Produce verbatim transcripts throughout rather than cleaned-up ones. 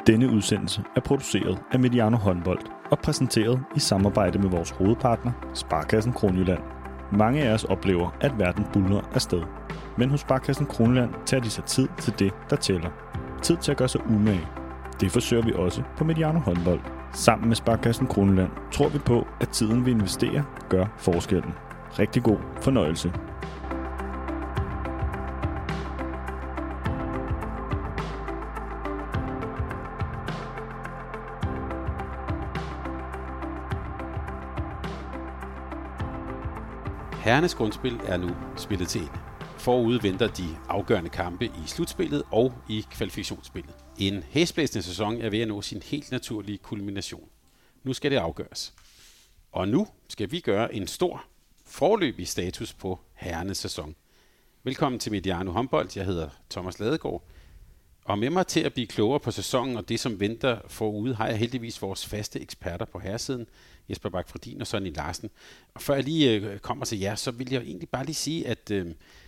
Denne udsendelse er produceret af Mediano Håndbold og præsenteret i samarbejde med vores hovedpartner, Sparekassen Kronjylland. Mange af os oplever, at verden buldrer afsted. Men hos Sparekassen Kronjylland tager de sig tid til det, der tæller. Tid til at gøre sig umage. Det forsøger vi også på Mediano Håndbold. Sammen med Sparekassen Kronjylland tror vi på, at tiden vi investerer gør forskellen. Rigtig god fornøjelse. Herrenes grundspil er nu spillet til ende. Forude venter de afgørende kampe i slutspillet og i kvalifikationsspillet. En hæsblæsende sæson er ved at nå sin helt naturlige kulmination. Nu skal det afgøres. Og nu skal vi gøre en stor foreløbig status på herrenes sæson. Velkommen til Mediano Håndbold. Jeg hedder Thomas Ladegaard. Og med mig til at blive klogere på sæsonen og det, som venter forude, har jeg heldigvis vores faste eksperter på herresiden, Jesper Bak-Fredin og Sonny Larsen. Og før jeg lige øh, kommer til jer, så vil jeg egentlig bare lige sige, at øh,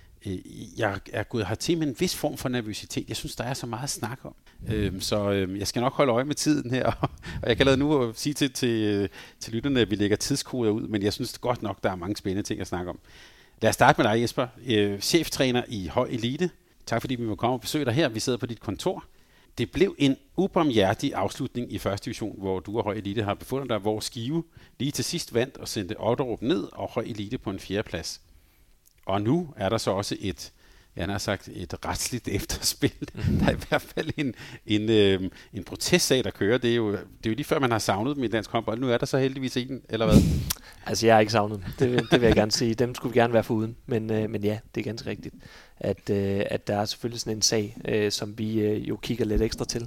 jeg er gået hertil med en vis form for nervøsitet. Jeg synes, der er så meget at snakke om. Mm. Øh, så øh, jeg skal nok holde øje med tiden her, og jeg kan lade nu sige til, til, til lytterne, at vi lægger tidskoder ud, men jeg synes godt nok, der er mange spændende ting at snakke om. Lad os starte med dig, Jesper. Øh, cheftræner i høj elite. Tak fordi vi må komme og besøge dig her. Vi sidder på dit kontor. Det blev en ubarmhjertig afslutning i første division, hvor du og høj elite har befundet dig, hvor Skive lige til sidst vandt og sendte Otterup ned og høj elite på en fjerdeplads. Og nu er der så også et, jeg har sagt, et retsligt efterspil. Mm. Der er i hvert fald en, en, øh, en protestsag, der kører. Det er, jo, det er jo lige før, man har savnet dem i dansk håndbold. Nu er der så heldigvis en, eller hvad? Altså, jeg har ikke savnet dem. Det, det vil jeg gerne sige. Dem skulle vi gerne være foruden. Men, øh, men ja, det er ganske rigtigt, at, øh, at der er selvfølgelig sådan en sag, øh, som vi øh, jo kigger lidt ekstra til.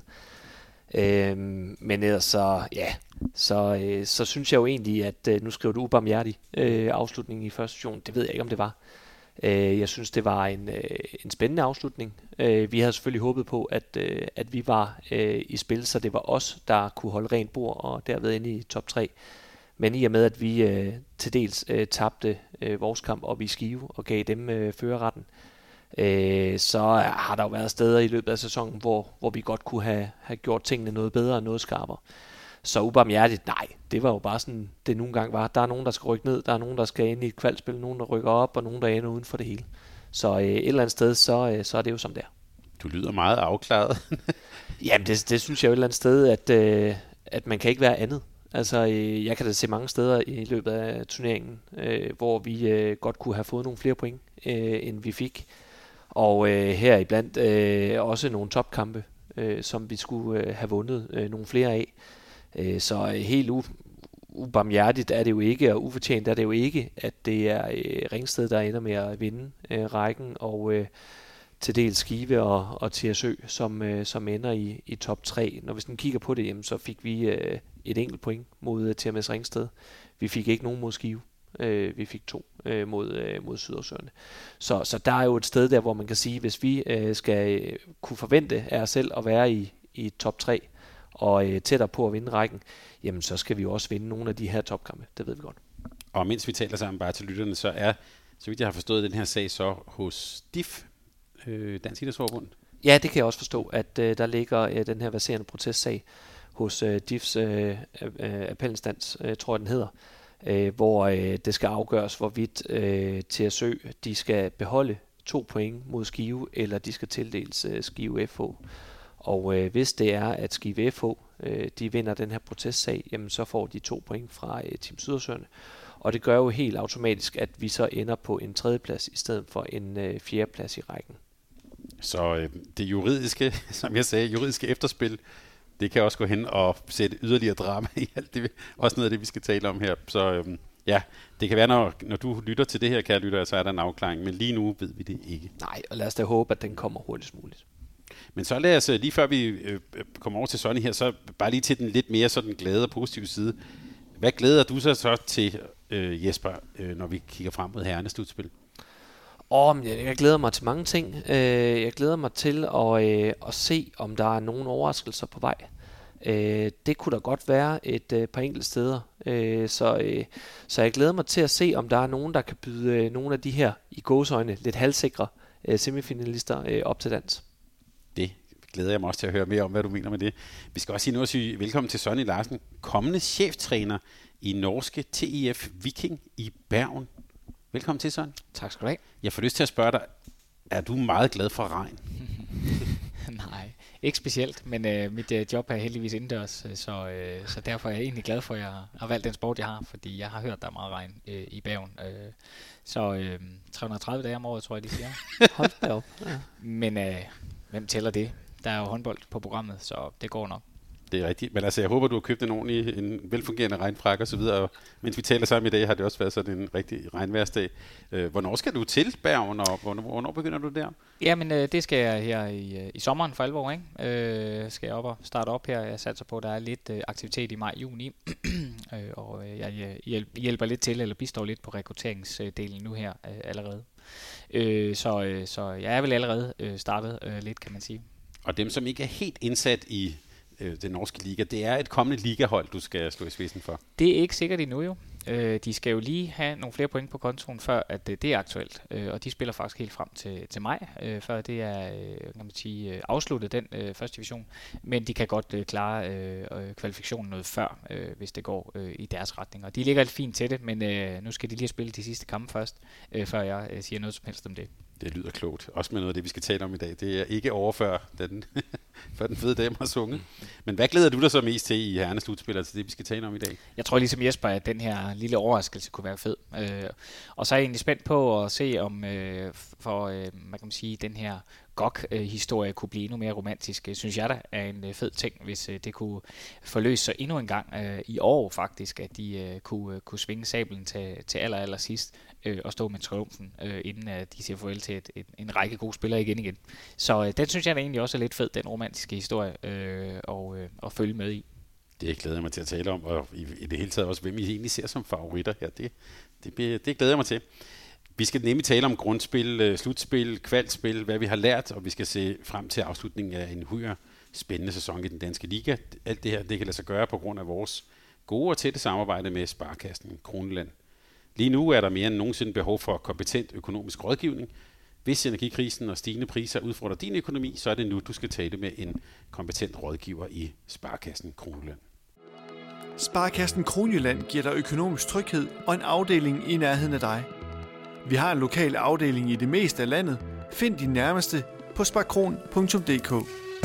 Øh, men ellers så, ja, så, øh, så synes jeg jo egentlig, at øh, nu skriver du ubarmhjertig øh, afslutning i første division. Det ved jeg ikke, om det var. Øh, jeg synes, det var en, øh, en spændende afslutning. Øh, vi havde selvfølgelig håbet på, at, øh, at vi var øh, i spil, så det var os, der kunne holde rent bord og derved inde i top tre. Men i og med, at vi øh, til dels øh, tabte øh, vores kamp op i Skive og gav dem øh, førerretten, øh, så har der jo været steder i løbet af sæsonen, hvor, hvor vi godt kunne have, have gjort tingene noget bedre og noget skarpere. Så ubarmhjertigt, nej, det var jo bare sådan, det nogle gange var. Der er nogen, der skal rykke ned, der er nogen, der skal ind i et kvalspil, nogen, der rykker op, og nogen, der ender uden for det hele. Så øh, et eller andet sted, så, øh, så er det jo som det er. Du lyder meget afklaret. Jamen, det, det synes jeg jo et eller andet sted, at, øh, at man kan ikke være andet. Altså, øh, jeg kan da se mange steder i løbet af turneringen, øh, hvor vi øh, godt kunne have fået nogle flere point, øh, end vi fik. Og øh, her iblandt øh, også nogle topkampe, øh, som vi skulle øh, have vundet øh, nogle flere af. Øh, så helt u- ubarmhjertigt er det jo ikke, og ufortjent er det jo ikke, at det er øh, Ringsted, der ender med at vinde øh, rækken, og øh, til dels Skive og, og T S Ø, som, øh, som ender i, i top tre. Når vi sådan kigger på det, jamen, så fik vi øh, et enkelt point mod T M S Ringsted. Vi fik ikke nogen mod Skive. Øh, vi fik to øh, mod, øh, mod Sydersøerne. Så, så der er jo et sted der, hvor man kan sige, hvis vi øh, skal øh, kunne forvente af os selv at være i, i top tre, og øh, tættere på at vinde rækken, jamen så skal vi jo også vinde nogle af de her topkampe. Det ved vi godt. Og mens vi taler sammen bare til lytterne, så er, så vidt jeg har forstået den her sag, så hos D I F, øh, Dansk Idrætsforbund. Ja, det kan jeg også forstå, at øh, der ligger øh, den her verserende protestsag hos øh, D I F's øh, øh, appelinstans, øh, tror jeg den hedder, øh, hvor øh, det skal afgøres, hvorvidt øh, T S Ø, de skal beholde to point mod Skive, eller de skal tildeles øh, Skive F H. Og øh, hvis det er, at Skive F H øh, de vinder den her protestsag, jamen så får de to point fra øh, Team Sydersøerne. Og det gør jo helt automatisk, at vi så ender på en tredjeplads i stedet for en øh, fjerdeplads i rækken. Så øh, det juridiske, som jeg sagde, juridiske efterspil, det kan også gå hen og sætte yderligere drama i alt det. Også noget af det, vi skal tale om her. Så øh, ja, det kan være, når, når du lytter til det her, kære lytter, så er der en afklaring. Men lige nu ved vi det ikke. Nej, og lad os da håbe, at den kommer hurtigst muligt. Men så lad os, lige før vi øh, kommer over til Sonny her, så bare lige til den lidt mere sådan glade og positive side. Hvad glæder du så, så til, øh, Jesper, øh, når vi kigger frem mod herrenes slutspil? Oh, jeg, jeg glæder mig til mange ting. Øh, jeg glæder mig til at, øh, at se, om der er nogle overraskelser på vej. Øh, det kunne da godt være et øh, par enkelte steder. Øh, så, øh, så jeg glæder mig til at se, om der er nogen, der kan byde øh, nogle af de her i gåseøjne lidt halvsikre øh, semifinalister øh, op til dans. Det glæder jeg mig også til at høre mere om, hvad du mener med det. Vi skal også sige nu at sige velkommen til Sonny Larsen, kommende cheftræner i norske T I F Viking i Bergen. Velkommen til, Sonny. Tak skal du have. Jeg får lyst til at spørge dig, er du meget glad for regn? Nej, ikke specielt, men øh, mit øh, job er heldigvis indendørs, så, øh, så derfor er jeg egentlig glad for, at jeg har valgt den sport, jeg har, fordi jeg har hørt, der er meget regn øh, i Bergen. Øh, så øh, tre hundrede og tredive dage om året, tror jeg, de siger. Hold da op. Ja. Men øh, hvem tæller det? Der er jo håndbold på programmet, så det går nok. Det er rigtigt, men altså jeg håber, du har købt en ordentlig, en velfungerende regnfrakke og så videre, og mens vi taler sammen i dag, har det også været sådan en rigtig regnværsdag. Øh, hvornår skal du til Bergen, og hvornår, hvornår begynder du der? Jamen, øh, det skal jeg her i, i sommeren for alvor, ikke? Øh, skal jeg op og starte op her. Jeg satser på, at der er lidt øh, aktivitet i maj-juni, øh, og øh, jeg hjælp, hjælper lidt til, eller bistår lidt på rekrutteringsdelen nu her øh, allerede. Øh, så, øh, så jeg er vel allerede øh, startet øh, lidt, kan man sige. Og dem, som ikke er helt indsat i den norske liga, det er et kommende ligahold, du skal slå i spidsen for. Det er ikke sikkert endnu jo. Øh, de skal jo lige have nogle flere point på kontoen, før at det er aktuelt. Øh, og de spiller faktisk helt frem til, til maj, øh, før det er øh, kan man sige, afsluttet, den øh, første division. Men de kan godt øh, klare øh, kvalifikationen noget før, øh, hvis det går øh, i deres retning. Og de ligger lidt fint til det, men øh, nu skal de lige spille de sidste kampe først, øh, før jeg øh, siger noget som helst om det. Det lyder klogt. Også med noget af det, vi skal tale om i dag. Det er ikke over før den, før den fede dame har sunget. Men hvad glæder du dig så mest til i herrenes slutspil, altså det, vi skal tale om i dag? Jeg tror ligesom Jesper, at den her lille overraskelse kunne være fed. Øh, og så er jeg egentlig spændt på at se, om øh, for øh, man kan sige, den her G O G-historie kunne blive endnu mere romantisk. Synes jeg da er en øh, fed ting, hvis øh, det kunne forløse sig endnu en gang øh, i år faktisk, at de øh, kunne, øh, kunne svinge sablen til, til aller, aller sidst øh, og stå med triumfen, øh, inden øh, de siger farvel til et, et, en række gode spillere igen igen. Så øh, den synes jeg da egentlig også er lidt fed, den romantiske historie, øh, og, øh, at følge med i. Det glæder jeg mig til at tale om, og i, i det hele taget også, hvem I egentlig ser som favoritter her. Det, det, det glæder jeg mig til. Vi skal nemlig tale om grundspil, slutspil, kvalspil, hvad vi har lært, og vi skal se frem til afslutningen af en uhyre spændende sæson i den danske liga. Alt det her, det kan lade sig gøre på grund af vores gode og tætte samarbejde med Sparekassen Kronjylland. Lige nu er der mere end nogensinde behov for kompetent økonomisk rådgivning. Hvis energikrisen og stigende priser udfordrer din økonomi, så er det nu, du skal tale med en kompetent rådgiver i Sparekassen Kronjylland. Sparekassen Kronjylland giver dig økonomisk tryghed og en afdeling i nærheden af dig. Vi har en lokal afdeling i det meste af landet. Find din nærmeste på sparkron punktum d k.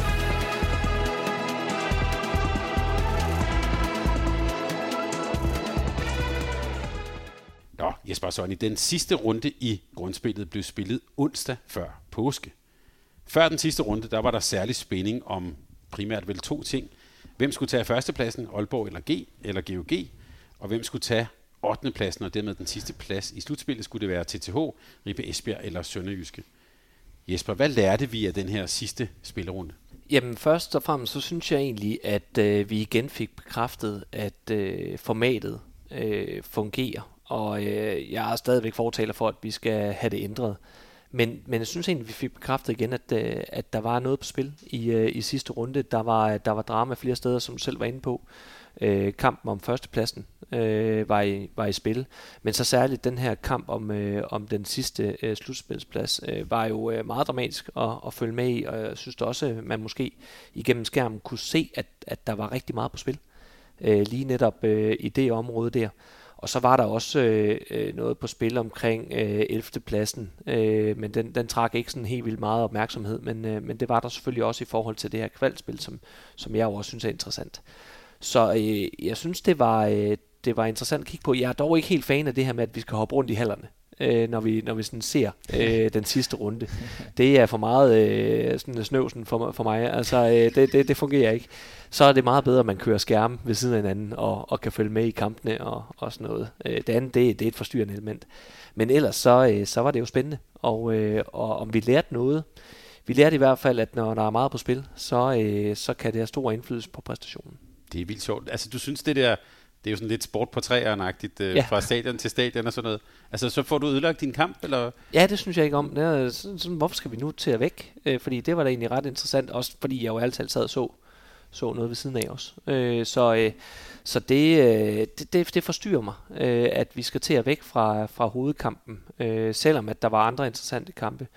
Nå, Jesper Sonny, den sidste runde i grundspillet blev spillet onsdag før påske. Før den sidste runde, der var der særlig spænding om primært vel to ting. Hvem skulle tage førstepladsen, Aalborg eller G, eller G O G, og hvem skulle tage ottende pladsen, og dermed den sidste plads i slutspillet, skulle det være T T H, Ribe Esbjerg eller Sønderjyske. Jesper, hvad lærte vi af den her sidste spillerunde? Jamen først og fremmest, så synes jeg egentlig, at øh, vi igen fik bekræftet, at øh, formatet øh, fungerer, og øh, jeg er stadigvæk fortaler for, at vi skal have det ændret. Men, men jeg synes egentlig, at vi fik bekræftet igen, at, øh, at der var noget på spil i, øh, i sidste runde. Der var, der var drama flere steder, som du selv var inde på. Øh, kampen om førstepladsen øh, var, i, var i spil, men så særligt den her kamp om, øh, om den sidste øh, slutspilsplads øh, var jo øh, meget dramatisk at, at følge med i, og jeg synes da også, at man måske igennem skærmen kunne se, at, at der var rigtig meget på spil, øh, lige netop øh, i det område der. Og så var der også øh, noget på spil omkring øh, ellevte pladsen, øh, men den, den trak ikke sådan helt vildt meget opmærksomhed, men, øh, men det var der selvfølgelig også i forhold til det her kvalspil, som, som jeg jo også synes er interessant. Så øh, jeg synes, det var, øh, det var interessant at kigge på. Jeg er dog ikke helt fan af det her med, at vi skal hoppe rundt i hallerne, øh, når vi, når vi sådan ser øh, den sidste runde. Det er for meget øh, sådan snøvsen for, for mig. Altså, øh, det, det, det fungerer ikke. Så er det meget bedre, at man kører skærme ved siden af hinanden og, og kan følge med i kampene og, og sådan noget. Øh, det andet, det, det er et forstyrrende element. Men ellers, så, øh, så var det jo spændende. Og, øh, og om vi lærte noget. Vi lærte i hvert fald, at når der er meget på spil, så, øh, så kan det have stor indflydelse på præstationen. Det er vildt sjovt. Altså, du synes, det der, det er jo sådan lidt sport på træerne-agtigt, øh, ja. Fra stadion til stadion og sådan noget. Altså, så får du ødelagt din kamp, eller? Ja, det synes jeg ikke om. Det er sådan, sådan, hvorfor skal vi nu til at væk? Øh, fordi det var da egentlig ret interessant, også fordi jeg jo altid sad og så, så noget ved siden af os. Øh, så øh, så det, øh, det, det, det forstyrrer mig, øh, at vi skal til at væk fra, fra hovedkampen, øh, selvom at der var andre interessante kampe.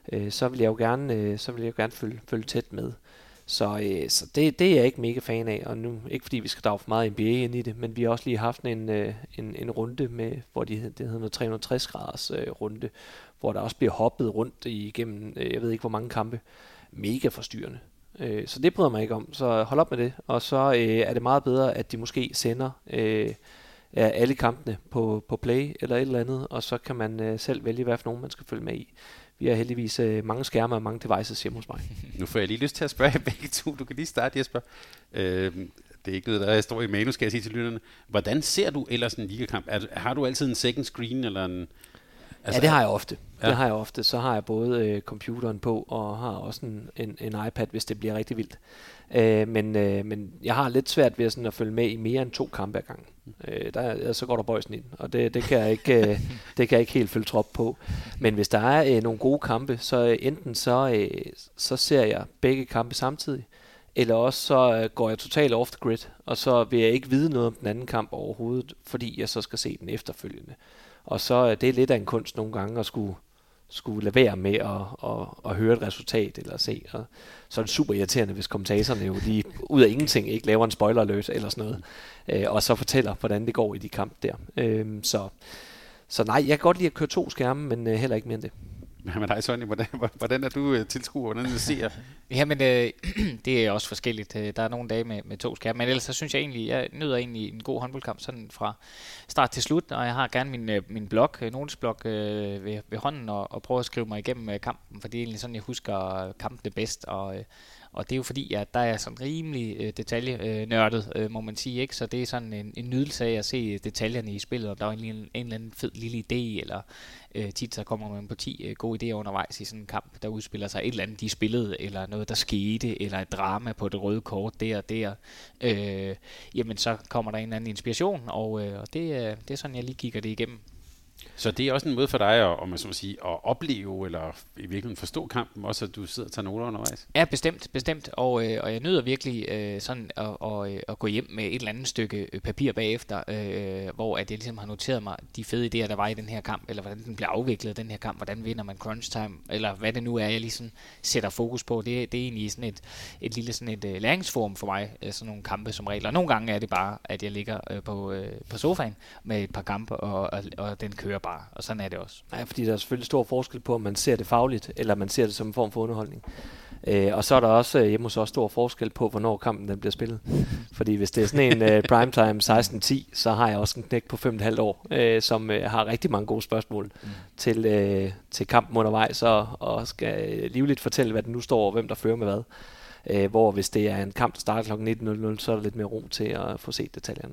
øh, så vil jeg jo gerne, øh, så vil jeg jo gerne følge, følge tæt med. Så, øh, så det, det er jeg ikke mega fan af, og nu ikke fordi vi skal drage for meget N B A ind i det, men vi har også lige haft en, øh, en, en runde med, hvor de, det hedder noget tre hundrede og tres graders øh, runde, hvor der også bliver hoppet rundt igennem, øh, jeg ved ikke hvor mange kampe, mega forstyrrende. Øh, så det bryder mig ikke om, så hold op med det, og så øh, er det meget bedre, at de måske sender øh, alle kampene på, på play eller et eller andet, og så kan man øh, selv vælge, hvad for nogen man skal følge med i. Vi har heldigvis øh, mange skærme og mange devices hjemme hos mig. Nu får jeg lige lyst til at spørge begge to. Du kan lige starte, Jesper. Øh, det er ikke noget, der står i manus, skal jeg sige til lytterne. Hvordan ser du ellers en ligakamp? Er, har du altid en second screen? Eller en, altså, ja, det har jeg ofte. Ja. Det har jeg ofte. Så har jeg både øh, computeren på, og har også en, en, en iPad, hvis det bliver rigtig vildt. Øh, men, øh, men jeg har lidt svært ved sådan at følge med i mere end to kampe ad gangen. Øh, der, så går der bøjsen ind, og det, det, kan jeg ikke, øh, det kan jeg ikke helt følge trop på. Men hvis der er øh, nogle gode kampe, så enten så, øh, så ser jeg begge kampe samtidig, eller også så øh, går jeg totalt off the grid, og så vil jeg ikke vide noget om den anden kamp overhovedet, fordi jeg så skal se den efterfølgende. Og så øh, det er lidt af en kunst nogle gange at skulle skulle lade være med at, at, at høre et resultat eller se. Og så er det super irriterende, hvis kommentatorerne jo lige ud af ingenting ikke laver en spoiler alert eller sådan noget, øh, og så fortæller, hvordan det går i de kampe der. Øh, så, så nej, jeg kan godt lide at køre to skærme, men øh, heller ikke mere end det. Men dig, Sonny, hvordan, hvordan er du tilskuer, hvordan du ser? Jamen, øh, det er også forskelligt. Der er nogle dage med, med to skærme, men ellers så synes jeg egentlig, jeg nyder egentlig en god håndboldkamp sådan fra start til slut, og jeg har gerne min, min blog, notesblog øh, ved, ved hånden, og, og prøver at skrive mig igennem kampen, for det er egentlig sådan, jeg husker kampen bedst, og øh, Og det er jo fordi, at der er sådan rimelig øh, detaljenørdet, øh, må man sige, ikke? Så det er sådan en, en nydelse af at se detaljerne i spillet, og der er en, en, en eller anden fed lille idé, eller øh, tit så kommer man på ti øh, gode idéer undervejs i sådan en kamp, der udspiller sig et eller andet, de spillede, eller noget, der skete, eller et drama på det røde kort, der og der. Øh, jamen, så kommer der en eller anden inspiration, og, øh, og det, øh, det er sådan, jeg lige kigger det igennem. Så det er også en måde for dig at, om man så må sige, at opleve eller i virkeligheden forstå kampen, også at du sidder og tager noter undervejs? Ja, bestemt, bestemt. Og, øh, og jeg nyder virkelig øh, sådan at, og, øh, at gå hjem med et eller andet stykke papir bagefter, øh, hvor at jeg ligesom har noteret mig de fede idéer, der var i den her kamp, eller hvordan den bliver afviklet, den her kamp, hvordan vinder man crunch time, eller hvad det nu er, jeg ligesom sætter fokus på. Det, det er egentlig sådan et, et lille sådan et uh, læringsforum for mig, sådan nogle kampe som regel. Og nogle gange er det bare, at jeg ligger øh, på, øh, på sofaen med et par kampe, og, og, og den kører bare, og sådan er det også. Nej, fordi der er selvfølgelig stor forskel på, om man ser det fagligt, eller man ser det som en form for underholdning. Øh, og så er der også øh, hjemme hos os stor forskel på, hvornår kampen den bliver spillet. Fordi hvis det er sådan en øh, primetime seksten ti, så har jeg også en knæk på fem og et halvt år, øh, som øh, har rigtig mange gode spørgsmål mm. til, øh, til kampen undervejs, og, og skal livligt fortælle, hvad den nu står, og hvem der fører med hvad. Øh, hvor hvis det er en kamp, der starter klokken nitten nul nul, så er der lidt mere ro til at få set detaljerne.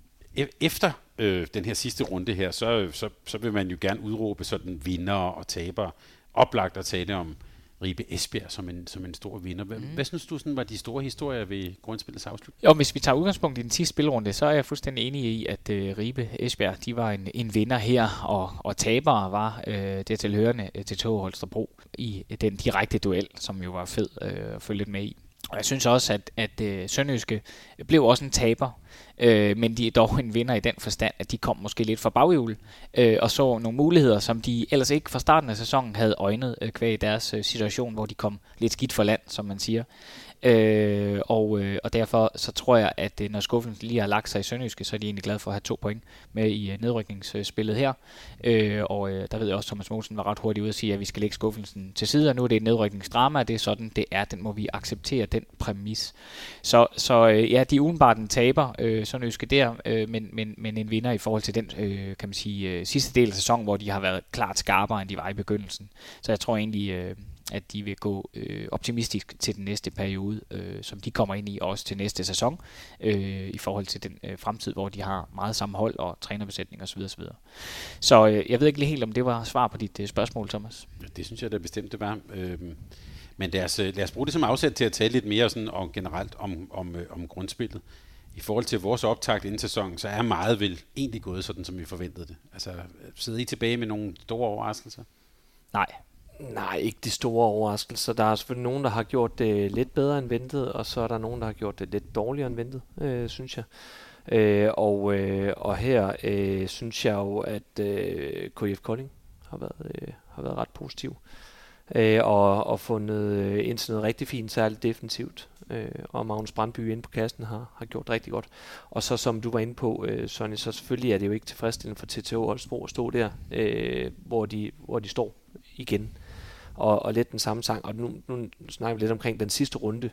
Efter øh, den her sidste runde her, så, så, så vil man jo gerne udråbe sådan vinder og tabere. Oplagt at tale om Ribe Esbjerg som en, som en stor vinder. Hvad, mm. hvad synes du sådan var de store historier ved grundspillets afslutning? Jo, hvis vi tager udgangspunkt i den sidste spilrunde, så er jeg fuldstændig enig i, at øh, Ribe Esbjerg, de var en, en vinder her, og, og tabere var øh, det tilhørende øh, til T H Holstebro i øh, den direkte duel, som jo var fed øh, at følge lidt med i. Og jeg synes også, at, at øh, Sønderjyske blev også en taber, øh, men de er dog en vinder i den forstand, at de kom måske lidt fra baghjul, øh, og så nogle muligheder, som de ellers ikke fra starten af sæsonen havde øjnet øh, kvæg i deres øh, situation, hvor de kom lidt skidt for land, som man siger. Øh, og, øh, og derfor så tror jeg, at øh, når skuffelsen lige har lagt sig i Sønderjyske, så er de egentlig glade for at have to point med i øh, nedrykningsspillet her. Øh, og øh, der ved jeg også, at Thomas Mogensen var ret hurtigt ude at sige, at vi skal lægge skuffelsen til side, og nu er det et nedrykningsdrama, det er sådan, det er, den må vi acceptere, den præmis. Så, så øh, ja, de er udenbart en taber, øh, Sønderjyske der, øh, men, men, men en vinder i forhold til den, øh, kan man sige, øh, sidste del af sæsonen, hvor de har været klart skarpere, end de var i begyndelsen. Så jeg tror egentlig, øh, at de vil gå øh, optimistisk til den næste periode, øh, som de kommer ind i, også til næste sæson, øh, i forhold til den øh, fremtid, hvor de har meget sammenhold og trænerbesætning osv. osv. Så øh, jeg ved ikke lige helt, om det var svar på dit øh, spørgsmål, Thomas. Det synes jeg da bestemt, det var. Øhm, men lad os, lad os bruge det som afsæt til at tale lidt mere sådan, og generelt om, om, om grundspillet. I forhold til vores optakt inden sæsonen, så er meget vel egentlig gået sådan, som vi forventede det. Altså, sidder I tilbage med nogle store overraskelser? Nej. Nej, ikke de store overraskelser. Der er selvfølgelig nogen, der har gjort det lidt bedre end ventet, og så er der nogen, der har gjort det lidt dårligere end ventet, øh, synes jeg. Øh, og, øh, og her øh, synes jeg jo, at øh, K I F Kolding har været, øh, har været ret positiv. øh, og, og fundet øh, ind til noget rigtig fint, særligt defensivt. Øh, og Magnus Brandby inde på kassen har, har gjort rigtig godt. Og så som du var inde på, øh, Sonny, så selvfølgelig er det jo ikke tilfredsstillende for T T H Holstebro at stå der, øh, hvor, de, hvor de står igen. Og, og lidt den samme sang. Og nu, nu snakker vi lidt omkring den sidste runde,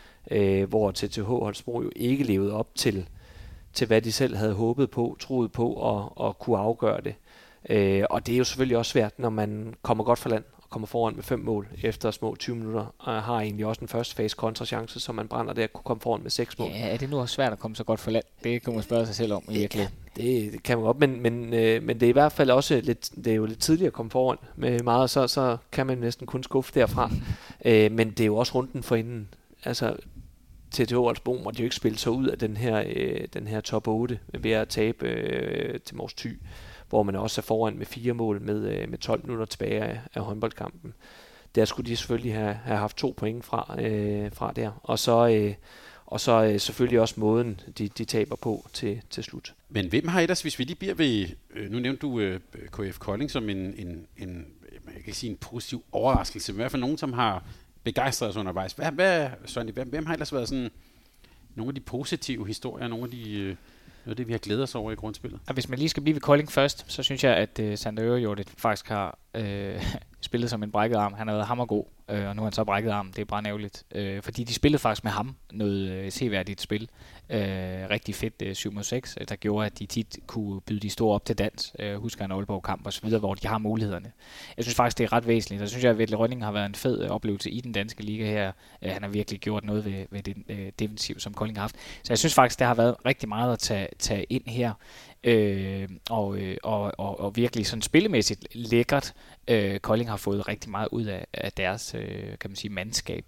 øh, hvor T T H Holstebro jo ikke levede op til, til hvad de selv havde håbet på, troet på og, og kunne afgøre det. Øh, og det er jo selvfølgelig også svært, når man kommer godt fra land og kommer foran med fem mål efter små tyve minutter, og har egentlig også den første fase kontrachance, som man brænder der, kunne komme foran med seks mål. Ja, er det nu også svært at komme så godt fra land? Det kan man spørge sig selv om i virkeligheden. Ja, det, det kan man godt, men, men, øh, men det er i hvert fald også lidt, det er jo lidt tidligere at komme foran med meget, så, så kan man næsten kun skuffe derfra. øh, men det er jo også runden for inden. Altså, T T H Holstebro måtte jo ikke spille sig ud af den her, øh, den her top otte ved at tabe øh, til Mors Thy, hvor man også er foran med fire mål med, øh, med tolv minutter tilbage af, af håndboldkampen. Der skulle de selvfølgelig have, have haft to point fra, øh, fra der. Og så, øh, og så øh, selvfølgelig også måden, de, de taber på til, til slut. Men hvem har ellers, hvis vi lige bliver ved, øh, nu nævnte du øh, K F Kolding som en, en, en, jeg kan sige en positiv overraskelse, i hvert fald nogen, som har begejstret os undervejs. Hvad, hvad, Sonny, hvem, hvem har ellers været sådan nogle af de positive historier, nogle af de, øh, noget af det, vi har glædet os over i grundspillet? Og hvis man lige skal blive ved Kolding først, så synes jeg, at uh, Sander Ørejordet faktisk har øh, spillet som en brækket arm. Han har været hammergod, øh, og nu har han så brækket arm. Det er bare ærgerligt. Øh, fordi de spillede faktisk med ham noget øh, seværdigt spil. Øh, rigtig fedt øh, syv mod seks, der gjorde, at de tit kunne byde de store op til dans. Øh, husker en Aalborg-kamp og så videre, hvor de har mulighederne. Jeg synes faktisk, det er ret væsentligt. Jeg synes, at Vetle Rønning har været en fed øh, oplevelse i den danske liga her. Øh, han har virkelig gjort noget ved, ved det øh, defensiv, som Kolding har haft. Så jeg synes faktisk, der har været rigtig meget at tage, tage ind her. Øh, og, øh, og, og, og virkelig sådan spillemæssigt lækkert. Øh, Kolding har fået rigtig meget ud af, af deres øh, kan man sige, mandskab.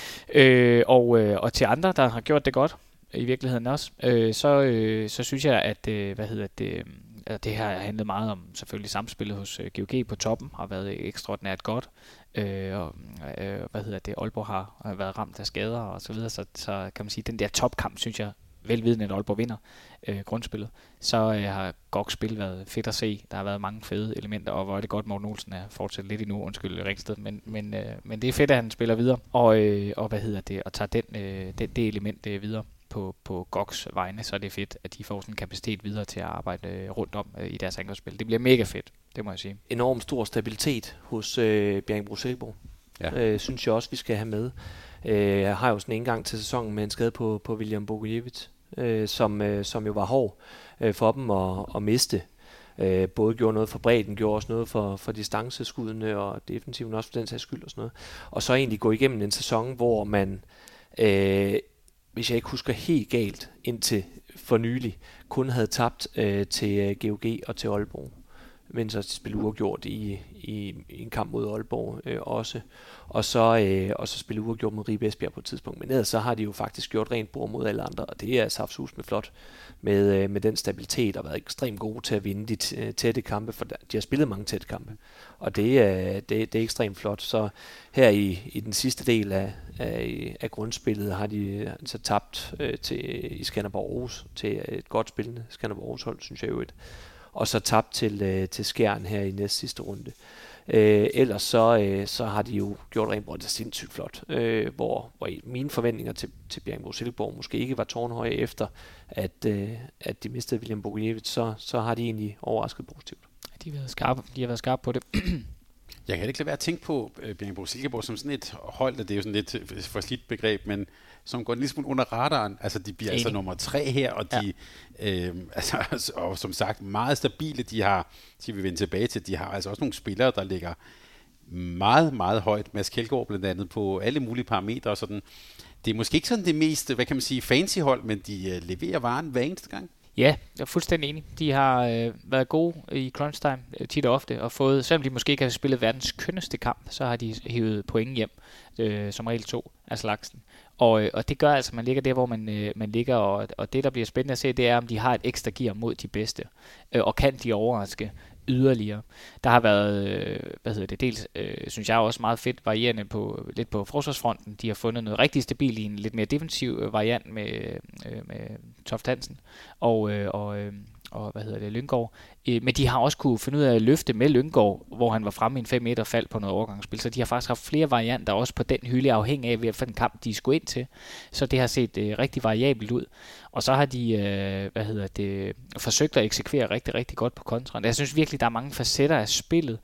Øh, og, øh, og til andre, der har gjort det godt, i virkeligheden også, øh, så, øh, så synes jeg, at øh, hvad hedder det, øh, det her har handlet meget om selvfølgelig samspillet hos øh, G O G på toppen, har været ekstraordinært godt. Øh, og, øh, hvad hedder det, Aalborg har, har været ramt af skader og så videre, så, så kan man sige, den der topkamp, synes jeg, velvidende, at Aalborg vinder øh, grundspillet, så øh, har G O G's spil været fedt at se. Der har været mange fede elementer, og hvor er det godt, Morten Olsen er fortsat lidt endnu, undskyld Ringsted, men, men, øh, men det er fedt, at han spiller videre, og, øh, og hvad hedder det, og tager den, øh, det, det element øh, videre på, på G O G's vegne, så er det fedt, at de får sådan en kapacitet videre til at arbejde øh, rundt om øh, i deres angrebsspil. Det bliver mega fedt, det må jeg sige. Enormt stor stabilitet hos øh, Bjerringbro-Silkeborg, ja. øh, synes jeg også, vi skal have med. Øh, jeg har jo sådan en gang til sæsonen med en skade på, på William Bogojevic, øh, som, øh, som jo var hård øh, for dem at, at miste. Øh, både gjorde noget for bredden, gjorde også noget for, for distanceskuddene og defensiven også for den sags skyld og sådan noget. Og så egentlig gå igennem en sæson, hvor man, øh, hvis jeg ikke husker helt galt, indtil for nylig, kun havde tabt øh, til G O G og til Aalborg. Men så spille uafgjort i, i, i en kamp mod Aalborg øh, også. Og så, øh, og så spille uafgjort mod Ribe Esbjerg på et tidspunkt. Men ellers så har de jo faktisk gjort rent bord mod alle andre, og det er saftsus med flot med, øh, med den stabilitet, og været ekstremt gode til at vinde de t- tætte kampe, for de har spillet mange tætte kampe. Og det er, det, det er ekstremt flot. Så her i, i den sidste del af, af, af grundspillet har de så tabt øh, til, i Skanderborg Aarhus til et godt spillende Skanderborg Aarhus hold, synes jeg jo et. Og så tabt til, øh, til Skjern her i næste sidste runde. Øh, ellers så, øh, så har de jo gjort rent brød, det er sindssygt flot, øh, hvor, hvor mine forventninger til, til Bjerringbro-Silkeborg måske ikke var tårnhøje efter, at, øh, at de mistede William Bogojevic, så, så har de egentlig overrasket positivt. De har været skarpe, de har været skarpe på det. Jeg kan ikke lade være at tænke på uh, Bjerringbro-Silkeborg som sådan et hold, det er jo sådan lidt for slidt begreb, men som går en lille smule under radaren. Altså, de bliver Enig. altså nummer tre her, og de, ja. øh, altså, og som sagt, meget stabile. De har, de vil vende tilbage til, de har altså også nogle spillere, der ligger meget, meget højt. Mads Kjeldgaard blandt andet på alle mulige parametre og sådan. Det er måske ikke sådan det mest, hvad kan man sige, fancy hold, men de uh, leverer varen hver eneste gang. Ja, jeg er fuldstændig enig. De har øh, været gode i crunch time øh, tit og ofte, og fået, selvom de måske ikke har spillet verdens kønneste kamp, så har de hævet point hjem, øh, som regel to af slagsen. Og, øh, og det gør altså, at man ligger der, hvor man, øh, man ligger, og, og det, der bliver spændende at se, det er, om de har et ekstra gear mod de bedste, øh, og kan de overraske yderligere. Der har været, øh, hvad hedder det, dels, øh, synes jeg også meget fedt varierende på, lidt på forsvarsfronten. De har fundet noget rigtig stabilt i en lidt mere defensiv øh, variant med, øh, med Toft Hansen. Og, øh, og, øh, og hvad hedder det, Lynggaard. Øh, men de har også kunne finde ud af at løfte med Lynggaard, hvor han var fremme i en fem meter fald på noget overgangsspil. Så de har faktisk haft flere varianter også på den hylde, afhængig af hvilken kamp de skulle ind til. Så det har set øh, rigtig variabelt ud. Og så har de øh, hvad hedder det, forsøgt at eksekvere rigtig, rigtig godt på kontraen. Jeg synes virkelig, der er mange facetter af spillet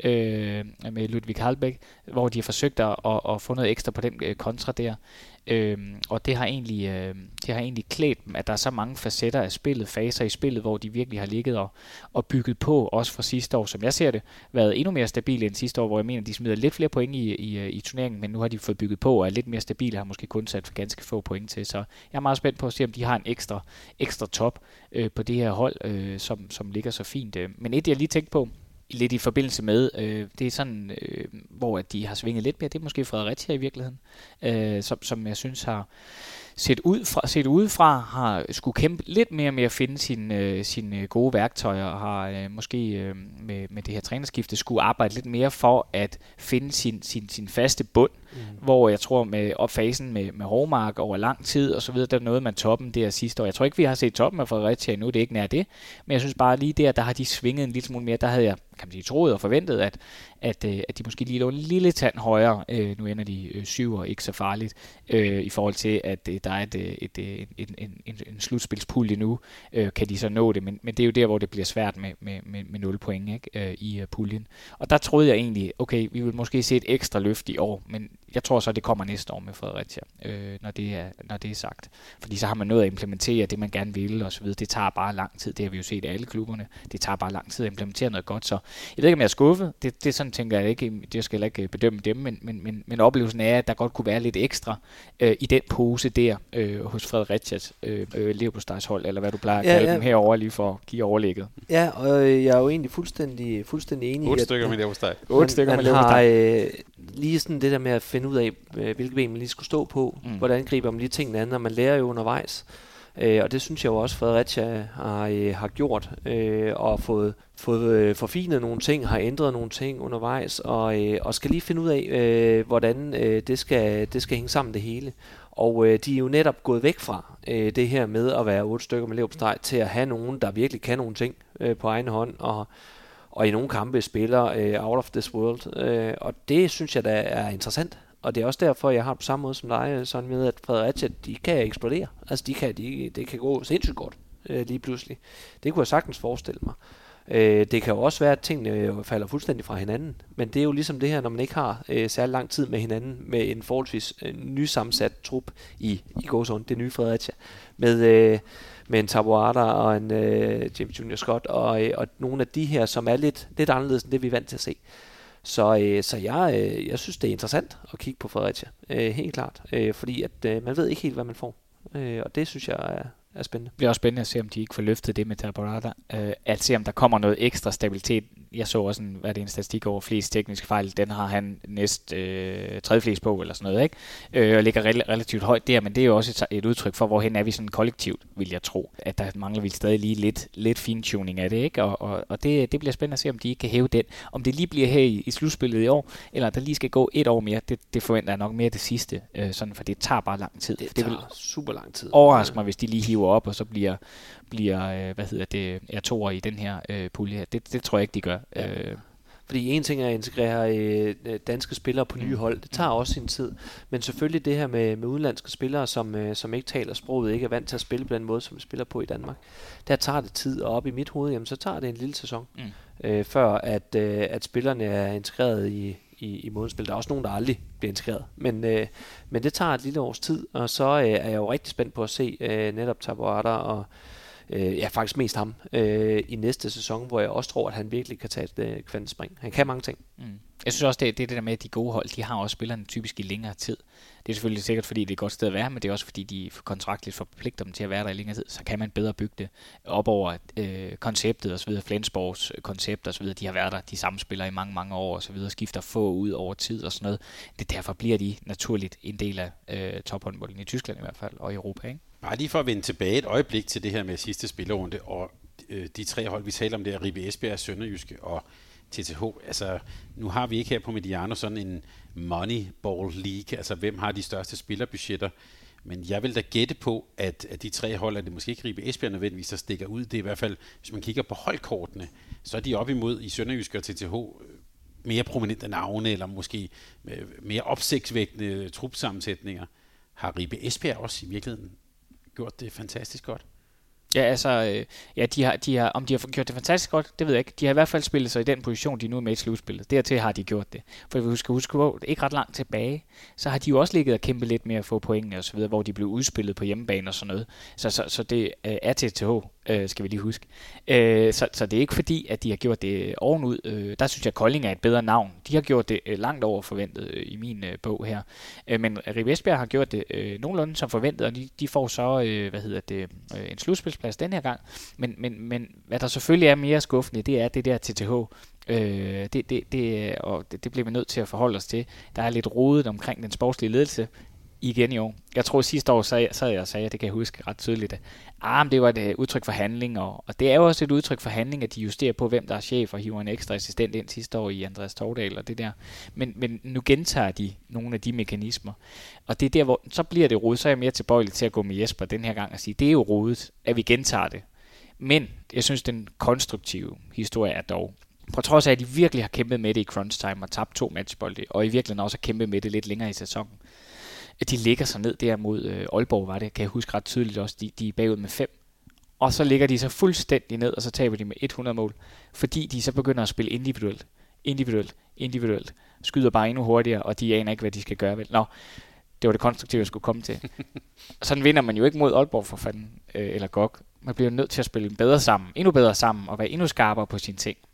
øh, med Ludvig Halbæk, hvor de har forsøgt at, at, at få noget ekstra på den øh, kontra der. Øhm, og det har egentlig øh, det har egentlig klædt dem, at der er så mange facetter af spillet, faser i spillet, hvor de virkelig har ligget og, og bygget på, også fra sidste år, som jeg ser det, været endnu mere stabile end sidste år, hvor jeg mener, de smider lidt flere point i, i, i turneringen, men nu har de fået bygget på og er lidt mere stabile, har måske kun sat for ganske få point til, så jeg er meget spændt på at se, om de har en ekstra, ekstra top øh, på det her hold, øh, som, som ligger så fint. Men et, jeg lige tænkte på, lidt i forbindelse med, øh, det er sådan, øh, hvor at de har svinget lidt mere, det er måske Fredericia i virkeligheden, øh, som, som jeg synes har set, ud fra, set udefra, har skulle kæmpe lidt mere med at finde sine øh, sin gode værktøjer, og har øh, måske øh, med, med det her trænerskifte skulle arbejde lidt mere for at finde sin, sin, sin faste bund, mm. hvor jeg tror med opfasen med, med Hovmark over lang tid og så videre, der er noget man toppen der sidste år. Jeg tror ikke, vi har set toppen af Fredericia endnu, det er ikke nær det, men jeg synes bare lige der, der har de svinget en lille smule mere, der havde jeg, kan man sige, troet og forventet, at, at, at de måske lige lå en lille tand højere. Øh, nu ender de øh, syv og ikke så farligt, øh, i forhold til, at øh, der er et, et, et, en, en, en, en slutspilspulje nu, øh, kan de så nå det, men, men det er jo der, hvor det bliver svært med, med, med, med nul point, ikke? Øh, i uh, puljen. Og der troede jeg egentlig, okay, vi vil måske se et ekstra løft i år, men jeg tror så, det kommer næste år med Fredericia, øh, når, det er, når det er sagt. Fordi så har man nået at implementere det, man gerne vil, og så videre. Det tager bare lang tid, det har vi jo set i alle klubberne. Det tager bare lang tid at implementere noget godt, så jeg ved ikke, om jeg er skuffet. Det, det sådan tænker jeg ikke, det skal jeg ikke bedømme dem, men, men, men, men oplevelsen er, at der godt kunne være lidt ekstra øh, i den pose der øh, hos Fredericias øh, øh, leverpostejshold, eller hvad du plejer at kalde ja, ja. dem herover lige for at give overlægget. Ja, og jeg er jo egentlig fuldstændig, fuldstændig enig i, Otte stykker med leverpostej. Otte stykker med leverpostej. Øh, lige sådan det der med at finde ud af, øh, hvilke ben man lige skulle stå på, mm. hvordan griber man lige tingene an, og man lærer jo undervejs. Øh, og det synes jeg jo også, Fredericia har, øh, har gjort, øh, og fået, fået øh, forfinet nogle ting, har ændret nogle ting undervejs, og, øh, og skal lige finde ud af, øh, hvordan øh, det, skal, det skal hænge sammen det hele. Og øh, de er jo netop gået væk fra øh, det her med at være otte stykker med leverpostej, til at have nogen, der virkelig kan nogle ting øh, på egen hånd, og, og i nogle kampe spiller øh, out of this world. Øh, og det synes jeg da er interessant. Og det er også derfor, jeg har på samme måde som dig, sådan med, at Fredericia, de kan eksplodere. Altså, de kan, de, det kan gå sindssygt godt øh, lige pludselig. Det kunne jeg sagtens forestille mig. Øh, det kan jo også være, at tingene falder fuldstændig fra hinanden. Men det er jo ligesom det her, når man ikke har øh, særlig lang tid med hinanden, med en forholdsvis øh, nysammensat trup i, i gåsehud, det nye Fredericia. Med, øh, med en Taboada og en øh, James Junior Scott, og, øh, og nogle af de her, som er lidt, lidt anderledes end det, vi er vant til at se. Så, øh, så jeg, øh, jeg synes, det er interessant at kigge på Fredericia, øh, helt klart, øh, fordi at øh, man ved ikke helt, hvad man får, øh, og det synes jeg er, er spændende. Det bliver også spændende at se, om de ikke får løftet det med Tabarada, øh, at se, om der kommer noget ekstra stabilitet. Jeg så også en, hvad er det, en statistik over flest tekniske fejl, den har han næst øh, tredje flest på, eller sådan noget, ikke? Øh, og ligger rel- relativt højt der, men det er jo også et, et udtryk for, hvorhen er vi sådan kollektivt, vil jeg tro, at der mangler vi stadig lige lidt, lidt fintuning af det, ikke? Og, og, og det, det bliver spændende at se, om de ikke kan hæve den. Om det lige bliver her i, i slutspillet i år, eller der lige skal gå et år mere, det, det forventer jeg nok mere det sidste, øh, sådan, for det tager bare lang tid. Det, det tager vil super lang tid. Overraske mig, hvis de lige hiver op, og så bliver, bliver øh, hvad hedder det, er toer i den her øh, pulje her. Det, det tror jeg ikke, de gør. Ja. Øh, Fordi en ting er at integrere øh, danske spillere på nye hold, det tager også sin tid. Men selvfølgelig det her med, med udenlandske spillere, som, øh, som ikke taler sproget, ikke er vant til at spille på den måde, som vi spiller på i Danmark. Der tager det tid, og op i mit hoved, jamen, så tager det en lille sæson, mm. øh, før at, øh, at spillerne er integreret i, i, i månedsspil. Der er også nogen, der aldrig bliver integreret. Men, øh, men det tager et lille års tid, og så øh, er jeg jo rigtig spændt på at se øh, netop Taboada og Øh, ja, faktisk mest ham øh, i næste sæson, hvor jeg også tror, at han virkelig kan tage et øh, kvantespring. Han kan mange ting. Mm. Jeg synes også, det er det der med, at de gode hold, de har også spillerne typisk i længere tid. Det er selvfølgelig sikkert, fordi det er et godt sted at være, men det er også fordi, de kontraktligt forpligter dem til at være der i længere tid. Så kan man bedre bygge det op over øh, konceptet og så videre, Flensborgs koncept og så videre. De har været der, de samme spillere i mange, mange år og så videre, skifter få ud over tid og sådan noget. Det derfor bliver de naturligt en del af øh, tophåndbolden i Tyskland i hvert fald, og i Europa, ikke? Bare lige for at vende tilbage et øjeblik til det her med sidste spillerunde, og øh, de tre hold, vi taler om, det er Ribe Esbjerg, Sønderjyske og T T H. Altså, nu har vi ikke her på Mediano sådan en Moneyball League, altså hvem har de største spillerbudgetter, Men jeg vil da gætte på, at, at de tre hold, at det måske ikke Ribe Esbjerg nødvendigvis, der stikker ud. Det er i hvert fald, hvis man kigger på holdkortene, så er de op imod i Sønderjysk og T T H mere prominente navne, eller måske mere opsigtsvækkende trupsammensætninger. Har Ribe Esbjerg også i virkeligheden gjort det fantastisk godt? Ja, altså, øh, ja, de har, de har, om de har gjort det fantastisk godt, det ved jeg ikke. De har i hvert fald spillet sig i den position, de nu er med i slutspillet. Dertil har de gjort det. For vi skal huske på, ikke ret langt tilbage, så har de jo også ligget og kæmpet lidt med at få pointene og så videre, hvor de blev udspillet på hjemmebane og sådan noget. Så, så, så det øh, er T T H, øh, skal vi lige huske. Øh, så, så det er ikke fordi, at de har gjort det ovenud. Øh, der synes jeg, at Kolding er et bedre navn. De har gjort det øh, langt over forventet øh, i min øh, bog her. Øh, men Ribe Esbjerg har gjort det øh, nogenlunde som forventet, og de, de får så, øh, hvad hedder det, øh, en slutspilsplads den her gang. Men, men, men hvad der selvfølgelig er mere skuffende, det er det der T T H. Øh, det, det, det, og det, det bliver vi nødt til at forholde os til. Der er lidt rodet omkring den sportslige ledelse igen i år. Jeg tror sidste år sad jeg, sad jeg og sagde, det kan jeg huske ret tydeligt, at ah, det var et uh, udtryk for handling, og, og det er jo også et udtryk for handling, at de justerer på, hvem der er chef, og hiver en ekstra assistent ind sidste år i Andreas Tovdal og det der. Men, men nu gentager de nogle af de mekanismer, og det er der, hvor så bliver det rodet, så er jeg mere tilbøjelig til at gå med Jesper den her gang og sige, det er jo rodet, at vi gentager det. Men jeg synes, den konstruktive historie er dog, på trods af, at de virkelig har kæmpet med det i crunch time og tabt to matchbolde, og i virkeligheden også har kæmpet med det lidt længere i sæsonen. De ligger så ned der mod øh, Aalborg, var det, kan jeg huske ret tydeligt også, de, de er bagud med fem. Og så ligger de så fuldstændig ned, og så taber de med hundrede mål, fordi de så begynder at spille individuelt, individuelt, individuelt, skyder bare endnu hurtigere, og de aner ikke, hvad de skal gøre vel. Nå, det var det konstruktive, jeg skulle komme til. Sådan vinder man jo ikke mod Aalborg for fanden, øh, eller G O G. Man bliver nødt til at spille bedre sammen, endnu bedre sammen, og være endnu skarpere på sine ting.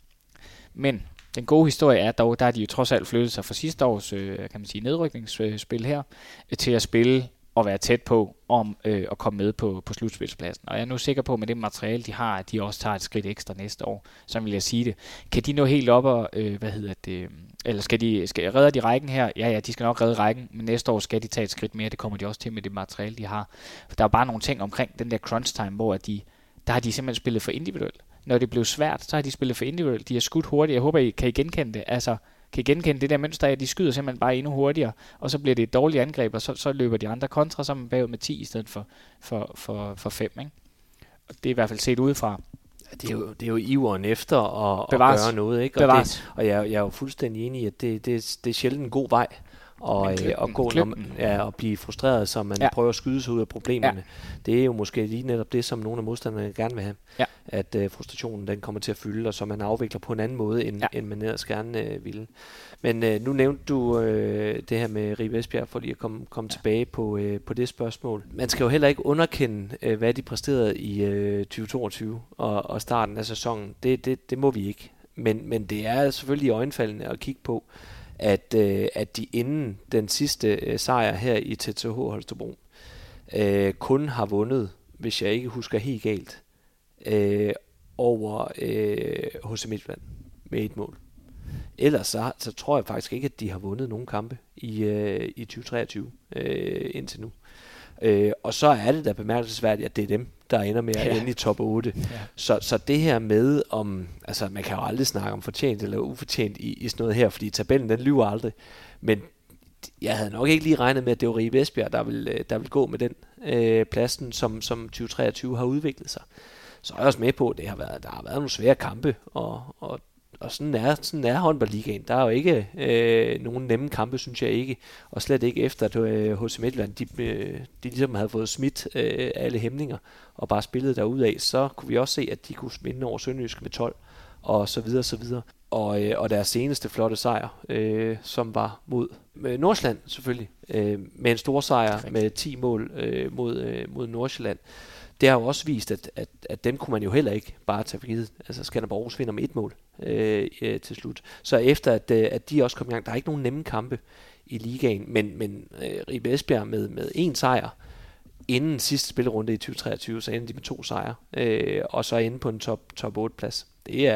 Men den gode historie er dog, der er de jo trods alt flyttet sig fra sidste års øh, kan man sige, nedrykningsspil her, øh, til at spille og være tæt på om øh, at komme med på, på slutspilspladsen. Og jeg er nu sikker på, at med det materiale, de har, at de også tager et skridt ekstra næste år. Så vil jeg sige det. Kan de nå helt op og, øh, hvad hedder det, eller skal de, skal, redder de rækken her? Ja, ja, de skal nok redde rækken, men næste år skal de tage et skridt mere. Det kommer de også til med det materiale, de har. For der er bare nogle ting omkring den der crunch time, hvor de, der har de simpelthen spillet for individuelt. Når det blev svært, så har de spillet for individuelt. De har skudt hurtigt. Jeg håber, I kan I genkende det. Altså, kan I genkende det der mønster af, at de skyder simpelthen bare endnu hurtigere, og så bliver det et dårligt angreb, og så, så løber de andre kontra sammen bagud med ti i stedet for, for, for, for fem. Ikke? Og det er i hvert fald set udefra. Det er, jo, det er jo iveren efter at, at gøre noget, ikke? Og, det, og jeg, jeg er jo fuldstændig enig i, at det, det, det er sjældent en god vej og, øh, og gå, når man, ja, og blive frustreret, så man ja. prøver at skyde sig ud af problemerne. Ja. Det er jo måske lige netop det, som nogle af modstanderne gerne vil have. Ja. At øh, frustrationen den kommer til at fylde, og så man afvikler på en anden måde, end, ja. end man ellers gerne øh, ville. Men øh, nu nævnte du øh, det her med Ribe Esbjerg, for lige at komme, komme ja. tilbage på, øh, på det spørgsmål. Man skal jo heller ikke underkende, øh, hvad de præsterede i øh, tyve toogtyve og, og starten af sæsonen. Det, det, det må vi ikke. Men, men det er selvfølgelig øjenfaldende at kigge på, at, øh, at de inden den sidste øh, sejr her i T T H Holstebro øh, kun har vundet, hvis jeg ikke husker helt galt, øh, over øh, H C Midtjylland med et mål. Ellers så, så tror jeg faktisk ikke, at de har vundet nogen kampe i, øh, i tyve treogtyve øh, indtil nu. Øh, og så er det da bemærkelsesværdigt, at det er dem, der ender med at ja. ende i top otte. Ja. Så, så det her med, om, altså man kan jo aldrig snakke om fortjent eller ufortjent i, i sådan noget her, fordi tabellen den lyver aldrig. Men jeg havde nok ikke lige regnet med, at det var Ribe Esbjerg, der vil, der vil gå med den øh, pladsen, som, som tyve treogtyve har udviklet sig. Så er jeg også med på, at det har været, der har været nogle svære kampe, og, og Og sådan er, sådan er håndboldligaen. Der er jo ikke øh, nogen nemme kampe, synes jeg ikke. Og slet ikke efter, at øh, H C Midtjylland, de, øh, de ligesom havde fået smidt øh, alle hæmninger og bare spillet derudad. Så kunne vi også se, at de kunne vinde over Sønderjysk med tolv og så videre, så videre. Og, øh, og deres seneste flotte sejr, øh, som var mod øh, Nordsjælland selvfølgelig, øh, med en stor sejr med ti mål øh, mod, øh, mod Nordsjælland. Det har jo også vist, at, at, at dem kunne man jo heller ikke bare tage for givet. Altså Skanderborg Aarhus vinder med et mål øh, øh, til slut. Så efter at, øh, at de også kom i gang, der er ikke nogen nemme kampe i ligaen, men, men øh, Ribe Esbjerg med, med en sejr inden sidste spillerunde i tyve treogtyve, så ender de med to sejre, øh, og så inde på en top, top otte plads. Det er,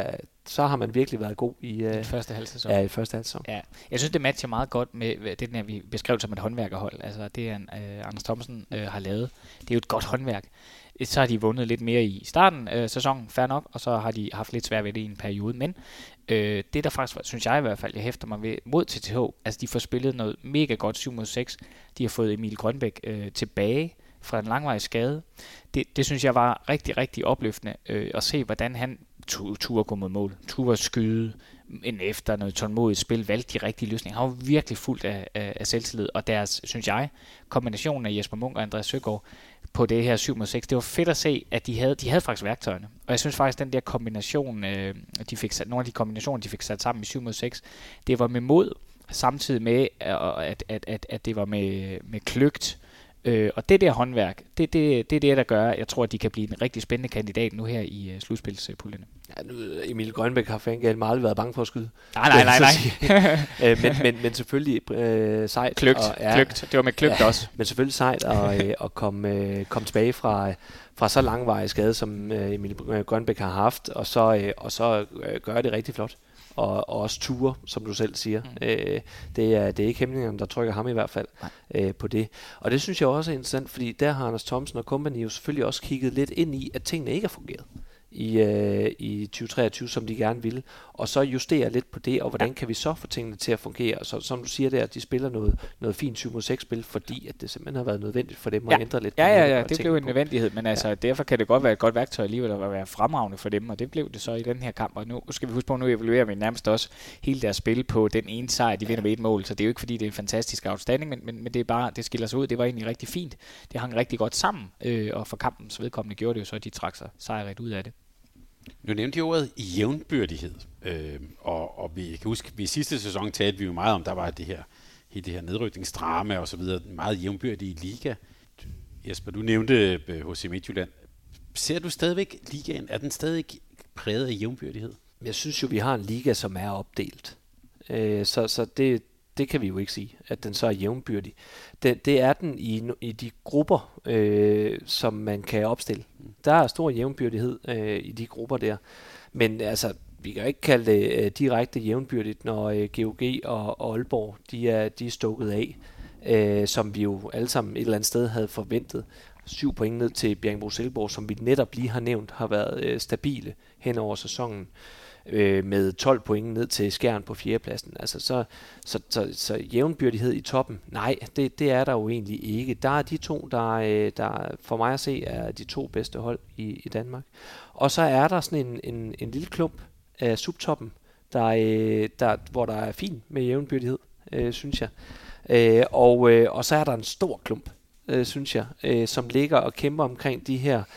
så har man virkelig været god i, øh, I første halv sæson. Ja, i første halv sæson. Ja, jeg synes, det matcher meget godt med det, der vi beskrev som et håndværkerhold. Altså det, øh, Anders Thomsen øh, har lavet. Det er jo et godt håndværk. Så har de vundet lidt mere i starten af øh, sæsonen, fair nok, og så har de haft lidt svært ved det i en periode. Men øh, det, der faktisk, synes jeg i hvert fald, jeg hæfter mig ved, mod T T H, altså de får spillet noget mega godt syv mod seks. De har fået Emil Grønbæk øh, tilbage fra en langvarig skade. Det, det synes jeg var rigtig, rigtig opløftende øh, at se, hvordan han turde gå mod mål, turde skyde, en efter noget tålmodigt spil, valgte de rigtige løsninger. Han var virkelig fuldt af, af, af selvtillid, og deres, synes jeg, kombinationen af Jesper Munk og Andreas Søgaard på det her syv mod seks, det var fedt at se, at de havde, de havde faktisk værktøjerne. Og jeg synes faktisk, den der kombination, øh, de fik sat, nogle af de kombinationer, de fik sat sammen i syv mod seks, det var med mod, samtidig med, at, at, at, at det var med, med kløgt. Øh, og det der håndværk, det, det, det er det, der gør, jeg tror, at de kan blive en rigtig spændende kandidat nu her i uh, slutspilspuljerne. Ja, nu, Emil Grønbæk har fangalt meget aldrig været bange for at skyde. Nej, nej, nej, nej. øh, men, men, men selvfølgelig øh, sejt. Kløgt, og, ja, kløgt. Det var med kløgt ja, også. Men selvfølgelig sejt at, øh, at komme, øh, komme tilbage fra, fra så langvarig skade, som øh, Emil Grønbæk har haft, og så, øh, og så øh, gøre det rigtig flot. Og, og også ture, som du selv siger. Mm. Øh, det, er, det er ikke hæmningerne, der trykker ham i hvert fald øh, på det. Og det synes jeg også er interessant, fordi der har Anders Thomsen og company jo selvfølgelig også kigget lidt ind i, at tingene ikke har fungeret i, øh, i tyve treogtyve, som de gerne ville. Og så justere lidt på det, og hvordan ja. kan vi så få tingene til at fungere. Så som du siger der, at de spiller noget, noget fint syv mod seks spil, fordi at det simpelthen har været nødvendigt for dem ja. at ændre lidt. Ja, ja, ja, det blev en på. nødvendighed, men altså, ja. derfor kan det godt være et godt værktøj alligevel at være fremragende for dem, og det blev det så i den her kamp. Og nu skal vi huske på, at nu evaluerer vi nærmest også hele deres spil på den ene sejr, de vinder ja. med et mål, så det er jo ikke fordi, det er en fantastisk outstanding, men, men, men det er bare, det skiller sig ud. Det var egentlig rigtig fint. Det hang rigtig godt sammen, øh, og for kampens vedkommende gjorde det jo så, at de trak sig sejret ud af det. Nu nævnte jeg ordet jævnbyrdighed, øh, og, og vi kan huske, at i sidste sæson talte vi jo meget om, der var det her, hele det her nedrykningsdrama og så videre, meget jævnbyrdige liga. Jesper, du nævnte H C Midtjylland. Ser du stadigvæk ligaen? Er den stadig præget af jævnbyrdighed? Jeg synes jo, vi har en liga, som er opdelt. Øh, så så det, det kan vi jo ikke sige, at den så er jævnbyrdig. Det, det er den i, i de grupper, øh, som man kan opstille. Der er stor jævnbyrdighed øh, i de grupper der. Men altså, vi kan jo ikke kalde det øh, direkte jævnbyrdigt, når øh, G O G og, og Aalborg, de er, de er stukket af, øh, som vi jo alle sammen et eller andet sted havde forventet. Syv point ned til Bjerringbro-Silkeborg, som vi netop lige har nævnt, har været øh, stabile hen over sæsonen. Øh, med tolv point ned til Skjern på fjerdepladsen. Altså så, så, så, så jævnbyrdighed i toppen, nej, det, det er der jo egentlig ikke. Der er de to, der, der for mig at se er de to bedste hold i, i Danmark. Og så er der sådan en, en, en lille klump af subtoppen, der, der, hvor der er fin med jævnbyrdighed, øh, synes jeg. Øh, og, øh, og så er der en stor klump, øh, synes jeg, øh, som ligger og kæmper omkring de her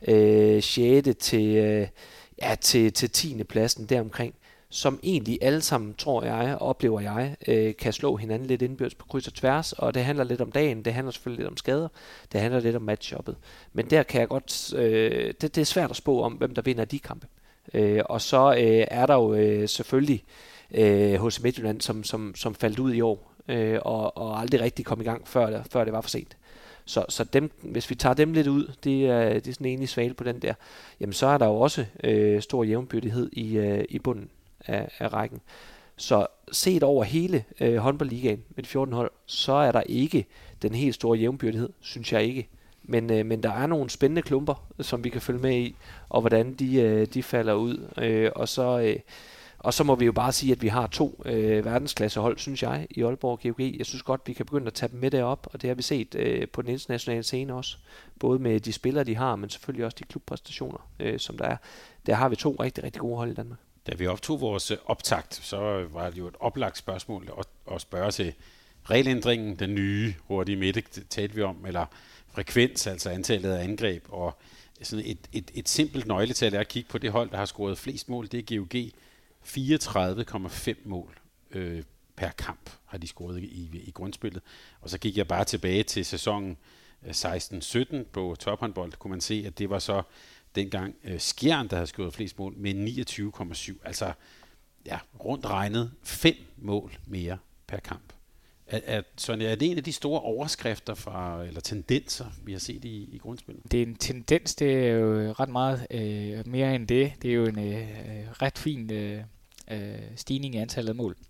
øh, sjette til... Øh, Ja, til, til tiende pladsen deromkring, som egentlig alle sammen, tror jeg, oplever jeg, øh, kan slå hinanden lidt indbyrdes på kryds og tværs, og det handler lidt om dagen, det handler selvfølgelig lidt om skader, det handler lidt om matchuppet. Men der kan jeg godt, øh, det, det er svært at spå om, hvem der vinder de kampe. Øh, og så øh, er der jo øh, selvfølgelig øh, H C Midtjylland, som, som, som faldt ud i år, øh, og, og aldrig rigtig kom i gang, før det, før det var for sent. Så, så dem, hvis vi tager dem lidt ud, det er, det er sådan en enig svale på den der, jamen så er der jo også øh, stor jævnbyrdighed i, øh, i bunden af, af rækken. Så set over hele øh, håndboldligaen med de fjorten hold, så er der ikke den helt store jævnbyrdighed, synes jeg ikke. Men, øh, men der er nogle spændende klumper, som vi kan følge med i, og hvordan de, øh, de falder ud. Øh, og så... Øh, Og så må vi jo bare sige, at vi har to øh, verdensklassehold, synes jeg, i Aalborg og G O G. Jeg synes godt, vi kan begynde at tage dem med derop, og det har vi set øh, på den internationale scene også. Både med de spillere, de har, men selvfølgelig også de klubpræstationer, øh, som der er. Der har vi to rigtig, rigtig gode hold i Danmark. Da vi optog vores optakt, så var det jo et oplagt spørgsmål at, at spørge til regelændringen, den nye hurtige midte, talte vi om, eller frekvens, altså antallet af angreb, og sådan et, et, et simpelt nøgletal er at kigge på det hold, der har scoret flest mål, det er G O G. fireogtredive komma fem mål øh, per kamp har de scoret i, i grundspillet. Og så gik jeg bare tilbage til sæsonen seksten sytten på tophåndbold, kunne man se, at det var så dengang øh, Skjern, der havde scoret flest mål med niogtyve komma syv. Altså ja, rundt regnet fem mål mere per kamp. Er, er, Sonja, er det en af de store overskrifter fra, eller tendenser, vi har set i, i grundspillet? Det er en tendens, det er jo ret meget øh, mere end det. Det er jo en øh, ret fin øh, øh, stigning i antallet af mål.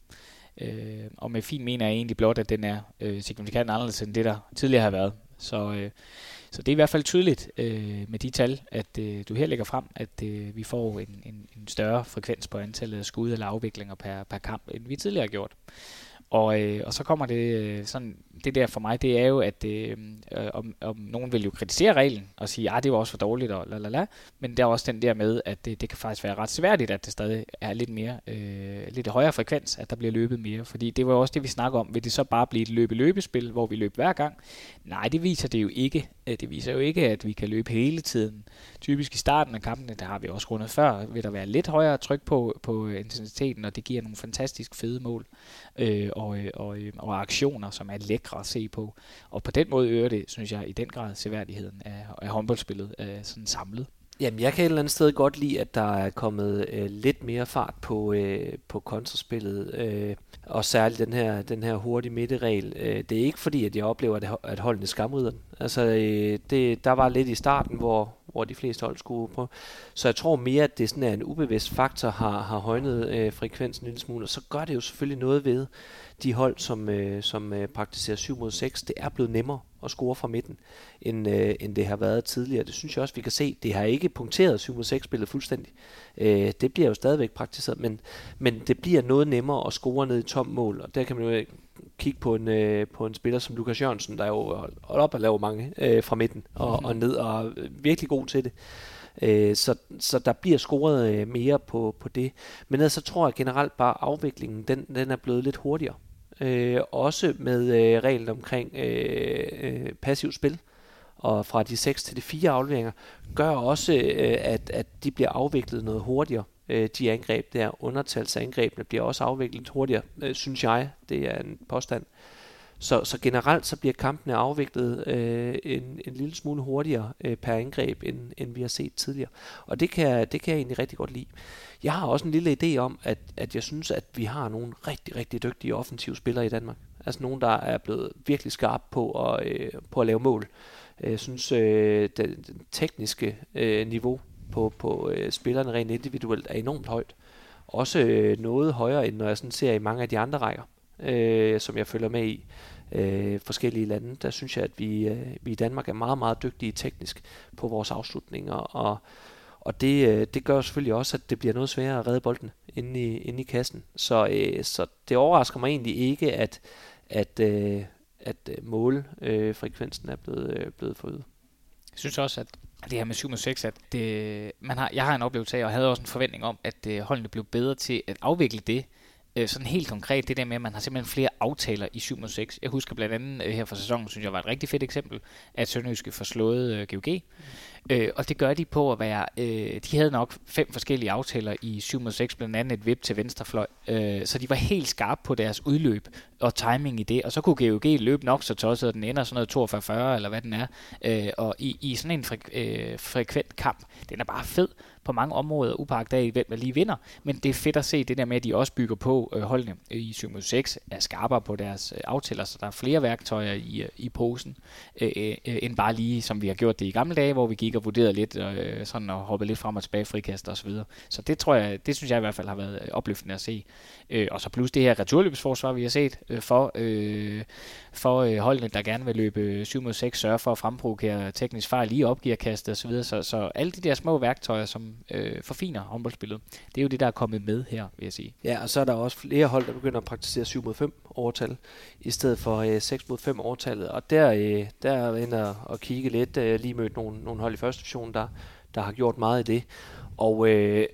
Øh, og med fin mener jeg egentlig blot, at den er øh, signifikant anderledes end det, der tidligere har været. Så, øh, så det er i hvert fald tydeligt øh, med de tal, at øh, du her lægger frem, at øh, vi får en, en, en større frekvens på antallet af skud eller afviklinger per, per kamp, end vi tidligere har gjort. Og, øh, og så kommer det øh, sådan, det der for mig, det er jo, at øh, om, om nogen vil jo kritisere reglen og sige, at det var også for dårligt, og lalala, men der er også den der med, at det, det kan faktisk være ret sværdigt, at det stadig er lidt mere, øh, lidt højere frekvens, at der bliver løbet mere, fordi det var også det, vi snakker om. Vil det så bare blive et løbe-løbespil, hvor vi løber hver gang? Nej, det viser det jo ikke. Det viser jo ikke, at vi kan løbe hele tiden. Typisk i starten af kampene, der har vi også rundet før, vil der være lidt højere tryk på, på intensiteten, og det giver nogle fantastisk fede mål øh, og, og, og aktioner, som er lækre at se på. Og på den måde øger det, synes jeg, i den grad seværdigheden af, af håndboldspillet øh, sådan samlet. Jamen, jeg kan et eller andet sted godt lide, at der er kommet øh, lidt mere fart på, øh, på kontraspillet, øh, og særligt den her, den her hurtige midterregel. Øh, det er ikke fordi, at jeg oplever, at, at holdene skamrider den. Altså, øh, det, der var lidt i starten, hvor, hvor de fleste hold skulle på. Så jeg tror mere, at det sådan er en ubevidst faktor, har, har højnet øh, frekvensen en lille smule, og så gør det jo selvfølgelig noget ved de hold, som, øh, som øh, praktiserer syv mod seks. Det er blevet nemmere at score fra midten, end, øh, end det har været tidligere. Det synes jeg også, vi kan se. Det har ikke punkteret syv mod seks-spillet fuldstændig. Øh, det bliver jo stadigvæk praktiseret, men, men det bliver noget nemmere at score ned i tom mål, og der kan man jo kigge på en, øh, på en spiller som Lukas Jørgensen, der jo holdt op og laver mange øh, fra midten og, mm-hmm. og ned, og er virkelig god til det. Øh, så, så der bliver scoret øh, mere på, på det. Men altså, så tror jeg generelt bare, at afviklingen den, den er blevet lidt hurtigere. Øh, også med øh, reglen omkring øh, øh, passivt spil, og fra de seks til de fire afleveringer, gør også, øh, at, at de bliver afviklet noget hurtigere. Øh, de angreb der, undertalsangrebene bliver også afviklet hurtigere, øh, synes jeg. Det er en påstand. Så, så generelt så bliver kampene afviklet øh, en, en lille smule hurtigere øh, per angreb, end, end vi har set tidligere. Og det kan, det kan jeg egentlig rigtig godt lide. Jeg har også en lille idé om, at, at jeg synes, at vi har nogle rigtig, rigtig dygtige offensive spillere i Danmark. Altså nogen, der er blevet virkelig skarpe på at, øh, på at lave mål. Jeg synes, øh, det, det tekniske øh, niveau på, på øh, spillerne rent individuelt er enormt højt. Også øh, noget højere, end når jeg sådan ser i mange af de andre rækker, øh, som jeg følger med i øh, forskellige lande. Der synes jeg, at vi, øh, vi i Danmark er meget, meget dygtige teknisk på vores afslutninger, og Og det, det gør selvfølgelig også, at det bliver noget sværere at redde bolden inde i, inde i kassen. Så, øh, så det overrasker mig egentlig ikke, at, at, øh, at målfrekvensen øh, er blevet, øh, blevet forøget. Jeg synes også, at det her med syv mod seks, at det, man har, jeg har en oplevelse af, og havde også en forventning om, at øh, holdene blev bedre til at afvikle det. Øh, sådan helt konkret, det der med, at man har simpelthen flere aftaler i syv mod seks. Jeg husker blandt andet øh, her fra sæsonen, synes jeg var et rigtig fedt eksempel, at Sønderjyske får slået øh, G O G. Øh, og det gør de på at være, øh, de havde nok fem forskellige aftaler i syv mod seks, blandt andet et vip til venstrefløj, øh, så de var helt skarpe på deres udløb og timing i det, og så kunne G O G løbe nok så tosset, og den ender sådan noget toogfyrre fyrre, eller hvad den er, øh, og i, i sådan en fre- øh, frekvent kamp, den er bare fed på mange områder, upagtet af, hvem der lige vinder, men det er fedt at se det der med, at de også bygger på øh, holdene i syv mod seks, er skarpere på deres øh, aftaler, så der er flere værktøjer i, øh, i posen, øh, øh, end bare lige, som vi har gjort det i gamle dage, hvor vi gik og vurderede lidt, øh, sådan og hoppede lidt frem og tilbage, frikast og så videre. Så det tror jeg, det synes jeg i hvert fald har været opløftende at se. Øh, og så plus det her returløbsforsvar, vi har set øh, for, øh, for øh, holdene, der gerne vil løbe syv mod seks, sørge for at fremprovokere teknisk fejl, lige opgiver kastet og så videre. Så, så alle de der små værktøjer, som øh, forfiner håndboldspillet, det er jo det, der er kommet med her, vil jeg sige. Ja, og så er der også flere hold, der begynder at praktisere syv mod fem overtal, i stedet for øh, seks mod fem overtallet. Og der, øh, der er jeg inde og kigge lidt. Jeg lige mødt nogle, nogle hold i første division, der, der har gjort meget i det. Og, øh,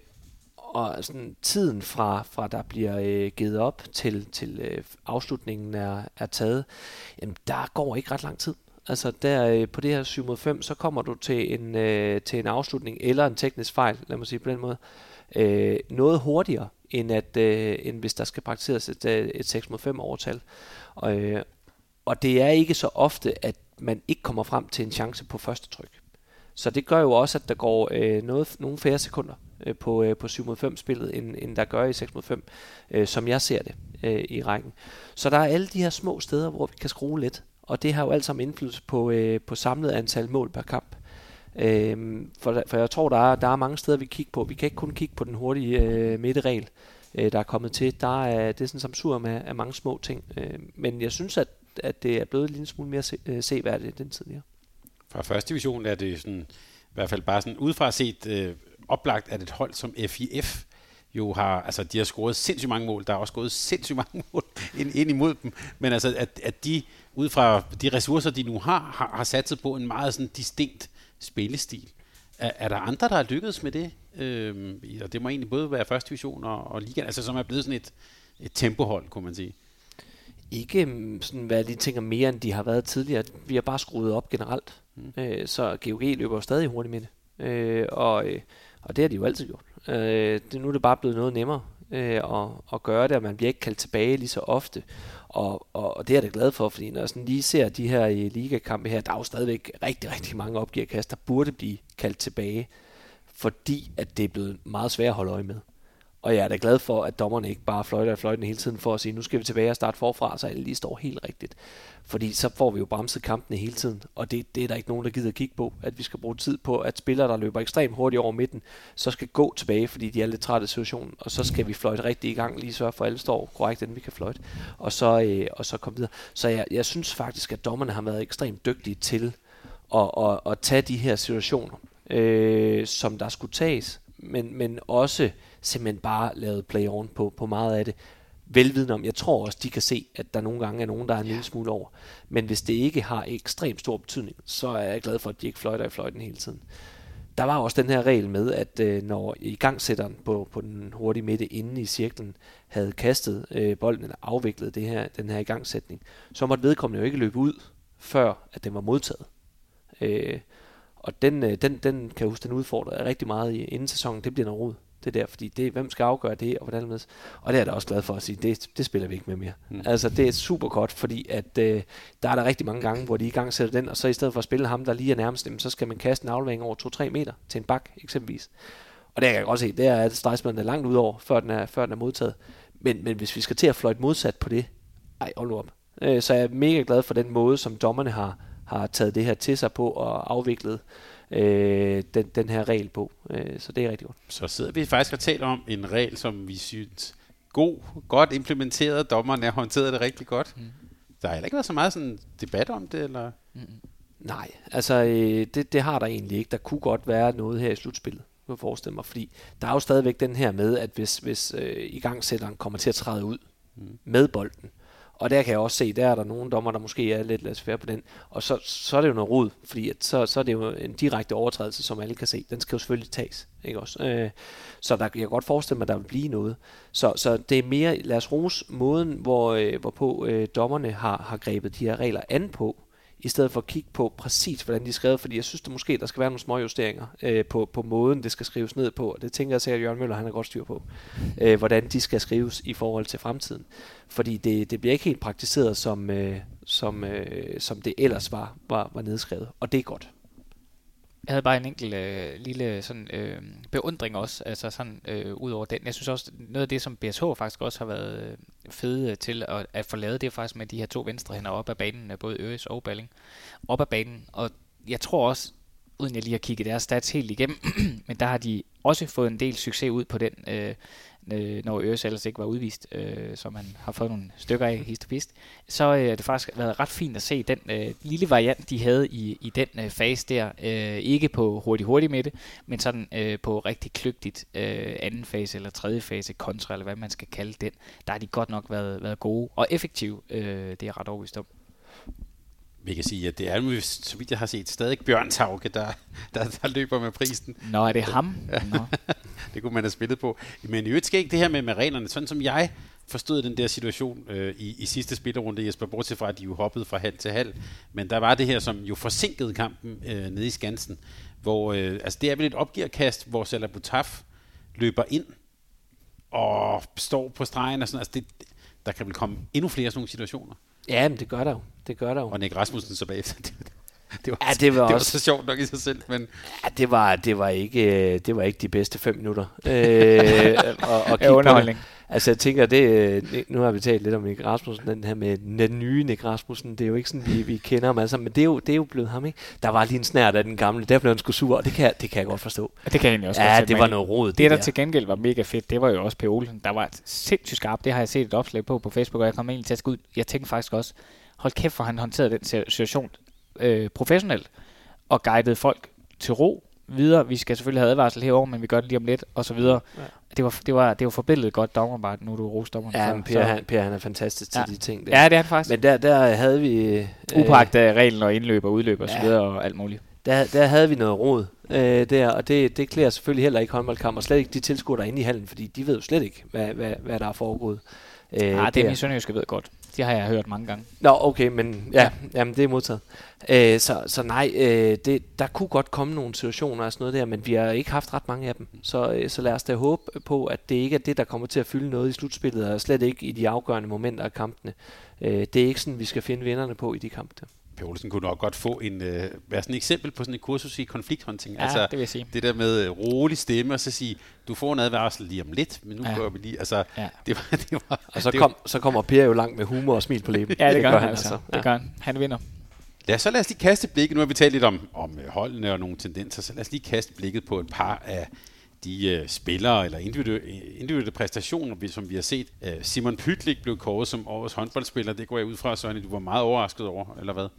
og sådan, tiden fra, fra der bliver øh, givet op til, til øh, afslutningen er, er taget, jamen, der går ikke ret lang tid. Altså der øh, på det her syv mod fem, så kommer du til en, øh, til en afslutning eller en teknisk fejl, lad mig sige på den måde, øh, noget hurtigere, end, at, øh, end hvis der skal praktiseres et, et seks mod fem overtal. Og, øh, og det er ikke så ofte, at man ikke kommer frem til en chance på første tryk. Så det gør jo også, at der går øh, noget, nogle færre sekunder, øh, på, øh, på syv mod fem spillet, end, end der gør i seks mod fem, øh, som jeg ser det øh, i rækken. Så der er alle de her små steder, hvor vi kan skrue lidt, og det har jo alt sammen indflydelse på, øh, på samlet antal mål per kamp. Øh, for, for jeg tror, der er, der er mange steder, vi kigger på. Vi kan ikke kun kigge på den hurtige øh, midterregel, øh, der er kommet til. Der er, det er sådan samsur med af mange små ting. Øh, men jeg synes, at, at det er blevet en lille smule mere se, øh, seværdigt end den tidligere. Fra første division er det sådan, i hvert fald bare sådan udefra set øh, oplagt, at et hold som F I F jo har, altså de har scoret sindssygt mange mål, der er også gået sindssygt mange mål ind, ind imod dem, men altså at, at de ud fra de ressourcer, de nu har, har, har satset på en meget sådan distinkt spillestil. Er, er der andre, der har lykkedes med det? Øhm, og det må egentlig både være første division og, og ligaen, altså som er blevet sådan et, et tempohold, kunne man sige. Ikke sådan, hvad jeg lige tænker mere, end de har været tidligere. Vi har bare skruet op generelt. Mm. Øh, så G O G løber jo stadig hurtigt med det. Øh, og, og det har de jo altid gjort. Øh, det, nu er det bare blevet noget nemmere øh, at, at gøre det, og man bliver ikke kaldt tilbage lige så ofte. Og, og, og det er jeg da glad for, fordi når jeg sådan lige ser de her i ligakampe her, der er jo stadigvæk rigtig, rigtig mange opgiverkast, der burde blive kaldt tilbage, fordi at det er blevet meget svært at holde øje med. Og jeg er da glad for, at dommerne ikke bare fløjter og fløjter hele tiden for at sige, nu skal vi tilbage og starte forfra, så alle lige står helt rigtigt. Fordi så får vi jo bremset kampene hele tiden, og det, det er der ikke nogen, der gider at kigge på, at vi skal bruge tid på, at spillere, der løber ekstremt hurtigt over midten, så skal gå tilbage, fordi de er lidt trætte af situationen, og så skal vi fløjte rigtig i gang, lige sørge for, at alle står korrekt, inden vi kan fløjte, og så, øh, og så komme videre. Så jeg, jeg synes faktisk, at dommerne har været ekstremt dygtige til at, at, at tage de her situationer, øh, som der skulle tages, men, men også simpelthen bare lavet play-on på, på meget af det. Velvidende om, jeg tror også, de kan se, at der nogle gange er nogen, der er en lille smule over. Men hvis det ikke har ekstremt stor betydning, så er jeg glad for, at de ikke fløjter i fløjten hele tiden. Der var også den her regel med, at øh, når igangsætteren på, på den hurtige midte inde i cirklen havde kastet øh, bolden eller afviklet det her, den her igangsætning, så måtte vedkommende jo ikke løbe ud, før at den var modtaget. Øh, og den, øh, den, den kan jeg huske, den udfordrede rigtig meget i inden sæsonen. Det bliver noget rod. Det der, fordi det, hvem skal afgøre det, og hvordan med. Og det er jeg da også glad for at sige, det, det spiller vi ikke med mere. Mm. Altså, det er super godt, fordi at, øh, der er der rigtig mange gange, hvor de i gang sætter den, og så i stedet for at spille ham, der lige er nærmest dem, så skal man kaste en aflevering over to til tre meter til en bak, eksempelvis. Og det kan jeg godt se, det er, at stregsmanden er langt ud over, før den er, før den er modtaget. Men, men hvis vi skal til at fløjte modsat på det, ej, hold nu op. Øh, så jeg er mega glad for den måde, som dommerne har, har taget det her til sig på og afviklet Øh, den, den her regel på, øh, så det er rigtig godt. Så sidder vi faktisk og taler om en regel, som vi synes god, godt implementeret, dommerne har håndteret det rigtig godt. Mm. Der har heller ikke været så meget sådan debat om det, eller? Mm. Nej, altså øh, det, det har der egentlig ikke. Der kunne godt være noget her i slutspillet, kunne jeg forestille mig, fordi der er jo stadigvæk den her med, at hvis, hvis øh, igangsætteren kommer til at træde ud mm. med bolden, og der kan jeg også se, der er der nogle dommer, der måske er lidt laissez-faire på den. Og så, så er det jo noget rod, fordi at så, så er det jo en direkte overtrædelse, som alle kan se. Den skal jo selvfølgelig tages, ikke også? Øh, så der, jeg kan godt forestille mig, at der vil blive noget. Så, så det er mere, lad os rose måden, hvor, øh, hvorpå øh, dommerne har, har grebet de her regler an på, i stedet for at kigge på præcis, hvordan de er skrevet, fordi jeg synes, der måske der skal være nogle små justeringer øh, på, på måden, det skal skrives ned på, og det tænker jeg sikkert, at Jørgen Møller han har godt styr på, øh, hvordan de skal skrives i forhold til fremtiden. Fordi det, det bliver ikke helt praktiseret, som, øh, som, øh, som det ellers var, var, var nedskrevet, og det er godt. Jeg havde bare en enkelt øh, lille sådan, øh, beundring også, altså sådan øh, ud over den. Jeg synes også, noget af det, som B S H faktisk også har været øh, fede til at, at få lavet, det er faktisk med de her to venstrehænder op ad banen, både Øres og Balling, op ad banen. Og jeg tror også, uden jeg lige har kigget deres stats helt igennem, men der har de også fået en del succes ud på den, øh, når Øres ellers ikke var udvist, øh, som man har fået nogle stykker af hist og pist, så øh, har det faktisk været ret fint at se den øh, lille variant, de havde i, i den øh, fase der. Øh, ikke på hurtig-hurtig midte, men sådan øh, på rigtig kløgtigt øh, anden fase eller tredje fase kontra, eller hvad man skal kalde den. Der har de godt nok været, været gode og effektive, øh, det er ret overbevist om. Vi kan sige, at det er, så vidt jeg har set, stadig Bjørn Tauke, der, der, der løber med prisen. Nå, er det ham? Nå. Det kunne man have spillet på. Men i øvrigt skal ikke det her med, med reglerne, sådan som jeg forstod den der situation øh, i, i sidste spillerunde, Jesper, bortset fra, at de jo hoppede fra halv til halv. Men der var det her, som jo forsinkede kampen øh, nede i Skansen, hvor øh, altså det er vel et opgearkast, hvor Salah Boutaf løber ind og står på stregen og sådan. Altså det, der kan vel komme endnu flere sådan nogle situationer. Ja, men det gør der jo. Det gør der jo. Og Nick Rasmussen så bagefter. det, var, ja, det var det også var så sjovt nok i sig selv, men ja, det var det var ikke det var ikke de bedste fem minutter. Øh, og, og ja, underholdning. Altså jeg tænker, det, nu har vi talt lidt om Nick Rasmussen, den her med den nye Nick Rasmussen, det er jo ikke sådan, vi, vi kender ham altså, men det er, jo, det er jo blevet ham, ikke? Der var lige en snært af den gamle, der blev han sgu sur, og det kan, det kan jeg godt forstå. Det kan jeg egentlig også ja, godt det var noget rod. Det, det der, der til gengæld var mega fedt, det var jo også Per Olsen, der var sindssygt skarp, det har jeg set et opslag på på Facebook, og jeg kom egentlig til at gå ud, jeg tænkte faktisk også, hold kæft, for han håndterede den situation øh, professionelt, og guidede folk til ro videre. Vi skal selvfølgelig have advarsel herover, men vi gør det lige om lidt, og så videre. Ja. Det var det var det var forbilledet godt dommerarbejde, nu du roste dommeren. Ja, men Per, han, Per han er fantastisk til ja. de ting der. Ja, det er han faktisk. Men der der havde vi øh, upagt af reglen og indløb og udløb og ja. så videre og alt muligt. Der der havde vi noget rod øh, der, og det det klæder selvfølgelig heller ikke håndboldkamp, og slet ikke de tilskuere der inde i hallen, fordi de ved jo slet ikke hvad hvad hvad der er foregået. Øh, ja, det er min sønderjyske ved godt. Det har jeg hørt mange gange. Nå, okay, men ja, ja. Jamen, det er modtaget. Øh, så, så nej, øh, det, der kunne godt komme nogle situationer og sådan noget der, men vi har ikke haft ret mange af dem. Så, øh, så lad os da håbe på, at det ikke er det, der kommer til at fylde noget i slutspillet, og slet ikke i de afgørende momenter af kampene. Øh, det er ikke sådan, vi skal finde vinderne på i de kampe der. Per Olsen kunne nok godt få en, øh, være sådan et eksempel på sådan et kursus i konflikthåndting. Ja, altså, det vil jeg sige. Det der med øh, rolig stemme, og så sige, du får en advarsel lige om lidt, men nu ja. går vi lige, altså, ja. det var, det var... Og så, kom, så kommer Per jo langt med humor og smil på læben. Ja, det, det gør han altså. altså. Ja. Det gør han. Han vinder. Lad os så lad os lige kaste blikket, nu har vi talt lidt om, om holdene og nogle tendenser, så lad os lige kaste blikket på et par af de uh, spillere eller individuelle, individuelle præstationer, som vi har set. Uh, Simon Pytlik blev kåret som årets håndboldspiller. Det går jeg ud fra, Søren, du var meget overrasket over, eller hvad?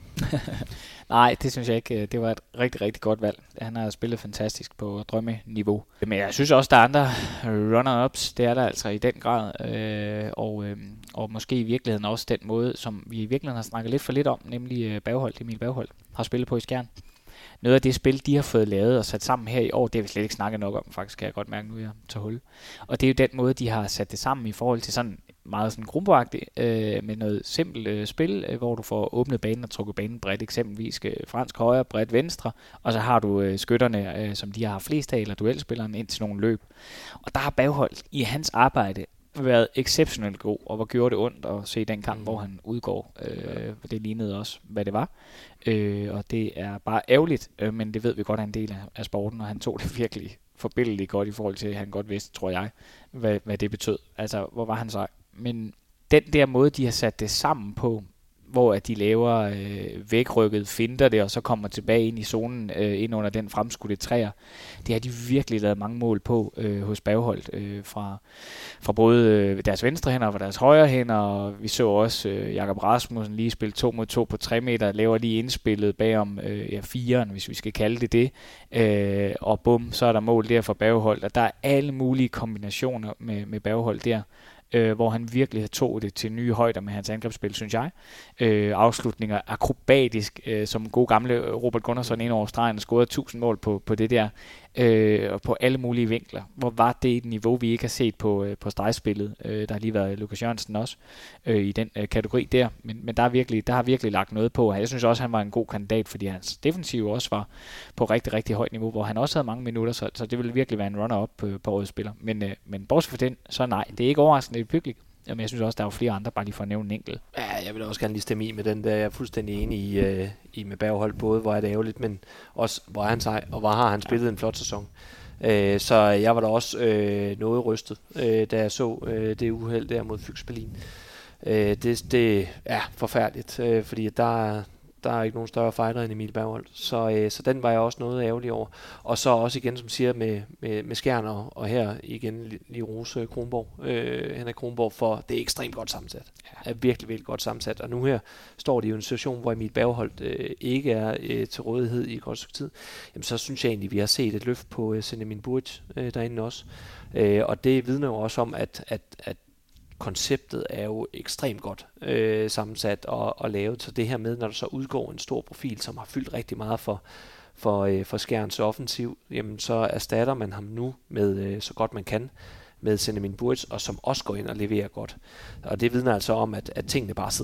Nej, det synes jeg ikke. Det var et rigtig, rigtig godt valg. Han har spillet fantastisk på drømmeniveau. Men jeg synes også, der er andre runner-ups. Det er der altså i den grad. Øh, og, øh, og måske i virkeligheden også den måde, som vi i virkeligheden har snakket lidt for lidt om, nemlig Bagholdt, Emil Bagholdt, har spillet på i Skjern. Noget af det spil, de har fået lavet og sat sammen her i år, det har vi slet ikke snakket nok om, faktisk kan jeg godt mærke nu, jeg tager hul. Og det er jo den måde, de har sat det sammen i forhold til sådan meget sådan grumboagtigt, øh, med noget simpelt øh, spil, øh, hvor du får åbnet banen og trukket banen bredt, eksempelvis øh, fransk højre, bredt venstre, og så har du øh, skytterne, øh, som de har flest af, eller duelspilleren ind til nogle løb. Og der har Bagholdt i hans arbejde været exceptionelt god, og hvor gjorde det ondt at se den kamp, mm. hvor han udgår. Øh, det lignede også, hvad det var. Øh, og det er bare ærgerligt, øh, men det ved vi godt er en del af, af sporten, og han tog det virkelig forbilledeligt godt i forhold til, at han godt vidste, tror jeg, hvad, hvad det betød. Altså, hvor var han så? Men den der måde, de har sat det sammen på, hvor at de laver øh, vækrykket, finder det, og så kommer tilbage ind i zonen, øh, ind under den fremskudte træer. Det har de virkelig lavet mange mål på øh, hos Bagholdt, øh, fra, fra både øh, deres venstre hænder og fra deres højre hænder, og vi så også øh, Jakob Rasmussen lige spille to mod to på tre meter, laver lige indspillet bagom øh, ja, firen, hvis vi skal kalde det det, øh, og bum, så er der mål der for Bagholdt, og der er alle mulige kombinationer med, med Bagholdt der. Øh, hvor han virkelig tog det til nye højder med hans angrebsspil, synes jeg. Øh, afslutninger akrobatisk, øh, som god gamle Robert Gunnarsson ind over stregen og scorede tusind mål på, på det der, øh, og på alle mulige vinkler. Hvor var det et niveau, vi ikke har set på, øh, på stregspillet. Øh, der har lige været Lukas Jørgensen også øh, i den øh, kategori der, men, men der, er virkelig, der har virkelig lagt noget på. Jeg synes også, han var en god kandidat, fordi hans defensiv også var på rigtig, rigtig højt niveau, hvor han også havde mange minutter, så, så det ville virkelig være en runner-up på, på årets spiller. Men, øh, men bortset fra den, så nej, det er ikke overraskende, det er Pytlik. Jamen, jeg synes også, der er jo flere andre, bare lige for at nævne en enkelt. Ja, jeg vil også gerne lige stemme i med den der. Jeg er fuldstændig enig i, øh, i med Bagholdt, både hvor er det ærgerligt, men også hvor er han sej, og hvor har han spillet ja. en flot sæson. Øh, så jeg var da også øh, noget rystet, øh, da jeg så øh, det uheld der mod Fyks Berlin. Øh, det, det er forfærdeligt, øh, fordi der Der er ikke nogen større fighter end Emil Bagholdt. Så, øh, så den var jeg også noget ærgerlig over. Og så også igen, som siger, med, med, med Skjern og, og her igen lige rose Kronborg. Øh, Henrik Kronborg, for det er ekstremt godt sammensat. Ja. Er virkelig, virkelig godt sammensat. Og nu her står de jo i en situation, hvor Emil Bagholdt øh, ikke er øh, til rådighed i et godt stykke tid. Jamen så synes jeg egentlig, vi har set et løft på øh, Senemin Buric øh, derinde også. Øh, og det vidner jo også om, at, at, at konceptet er jo ekstremt godt øh, sammensat og, og lavet, så det her med, når der så udgår en stor profil, som har fyldt rigtig meget for, for, øh, for Skjerns offensiv, jamen så erstatter man ham nu med, øh, så godt man kan, med Senemin Buric, og som også går ind og leverer godt. Og det vidner altså om, at, at tingene bare sidder der.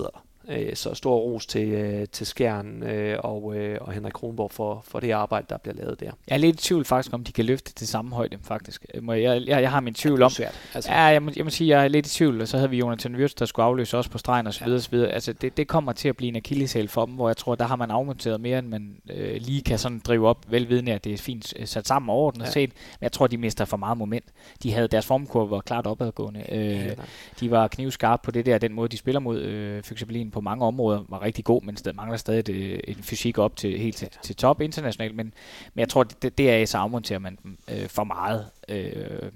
Øh, så stor ros til, øh, til Skjern øh, og, øh, og Henrik Kronborg for, for det arbejde, der bliver lavet der. Jeg er lidt i tvivl faktisk, om de kan løfte til samme højde, faktisk. Jeg, jeg, jeg har min tvivl om. Svært, altså. Ja, jeg må, jeg må sige, jeg er lidt i tvivl, og så havde vi Jonathan Wirtz, der skulle afløse os på stregen og så videre, ja. så videre. Altså, det, det kommer til at blive en akilleshæl for dem, hvor jeg tror, der har man afmonteret mere, end man øh, lige kan sådan drive op, velvidende, at det er fint sat sammen overordnet ja. set. Men jeg tror, de mister for meget moment. De havde deres formkurve var klart opadgående. Øh, ja, de var knivskarpe på det der, den måde, de spiller mod øh, Fyxablin på mange områder, var rigtig god, men der mangler stadig det, en fysik op til helt til, til top internationalt. Men, men jeg tror, det, det er så afmonterer man øh, for meget øh,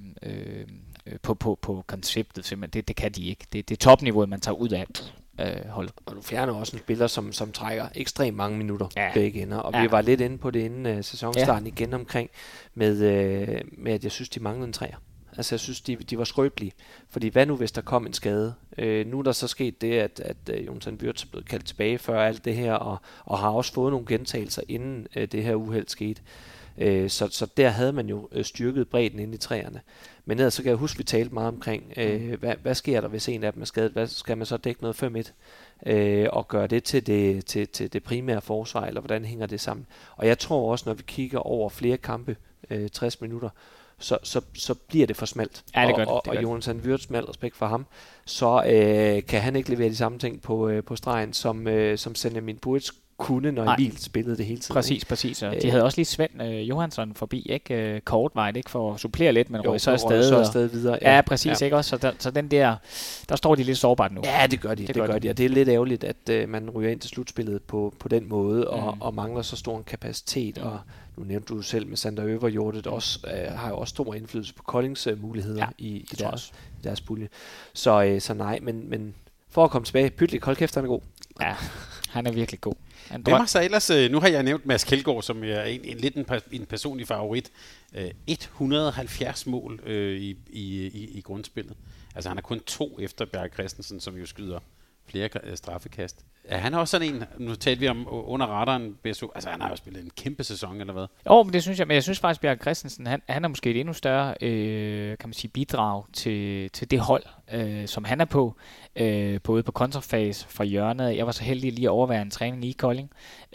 øh, på, på, på konceptet. Simpelthen. Det, det kan de ikke. Det, det er topniveauet, man tager ud af øh, holdet. Og du fjerner også en spiller, som, som trækker ekstremt mange minutter ja. begge ender. Og ja. vi var lidt inde på det inden uh, sæsonstarten ja. igen omkring, med, uh, med at jeg synes, de manglede en træer. Altså jeg synes, de, de var skrøbelige. Fordi hvad nu, hvis der kom en skade? Øh, nu er der så sket det, at, at uh, Jonathan Wirtz er blevet kaldt tilbage før alt det her, og, og har også fået nogle gentagelser, inden uh, det her uheld skete. Uh, så, så der havde man jo uh, styrket bredden inde i træerne. Men ellers så kan jeg huske, vi talte meget omkring, uh, hvad, hvad sker der, hvis en af dem er skadet? Hvad skal man så dække noget fem et? Uh, og gøre det til det, til, til det primære forsvar, eller hvordan hænger det sammen? Og jeg tror også, når vi kigger over flere kampe, uh, tres minutter, Så, så, så bliver det for smalt. Ja, det gør det. Og, og, og Jonathan Wirtz, med al respekt for ham, så øh, kan han ikke levere de samme ting på, øh, på stregen, som, øh, som Senjamin Buric kunne, når Emil spillede det hele tiden. Præcis, præcis. Og de havde også lige Svend øh, Johansson forbi, ikke? Øh, kortvejt, ikke? For at supplere lidt, men røg så afsted. Så afsted videre. Ja, ja præcis, ja. Ikke også? Så, der, så den der, der står de lidt sårbart nu. Ja, det gør de. Det, det gør de. de. Og det er lidt ærgerligt, at øh, man ryger ind til slutspillet på, på den måde, og, mm. og mangler så stor en kapacitet. Mm. Og nu nævnte du selv med Sander Øverjordet, mm. også øh, har jo også stor indflydelse på Koldings øh, muligheder ja, i, i, deres, i deres pulje. Så, øh, så nej, men, men for at komme tilbage, Pytlik, hold kæft, han er god. Ja, han er virkelig god. Hvem har så ellers, nu har jeg nævnt Mads Kjeldgaard, som er en, en lidt en, en personlig favorit. Uh, et hundrede og halvfjerds mål uh, i, i, i, i grundspillet. Altså han er kun to efter Bjarke Christensen, som jo skyder flere straffekast. Ja, han har også sådan en, nu talte vi om under radaren, B S O, altså han har jo spillet en kæmpe sæson, eller hvad? Jo, men det synes jeg, men jeg synes faktisk, Bjarke Christensen, han, han er måske et endnu større, øh, kan man sige, bidrag til, til det hold, øh, som han er på, øh, både på kontrafase fra hjørnet. Jeg var så heldig lige at overvære en træning i Kolding,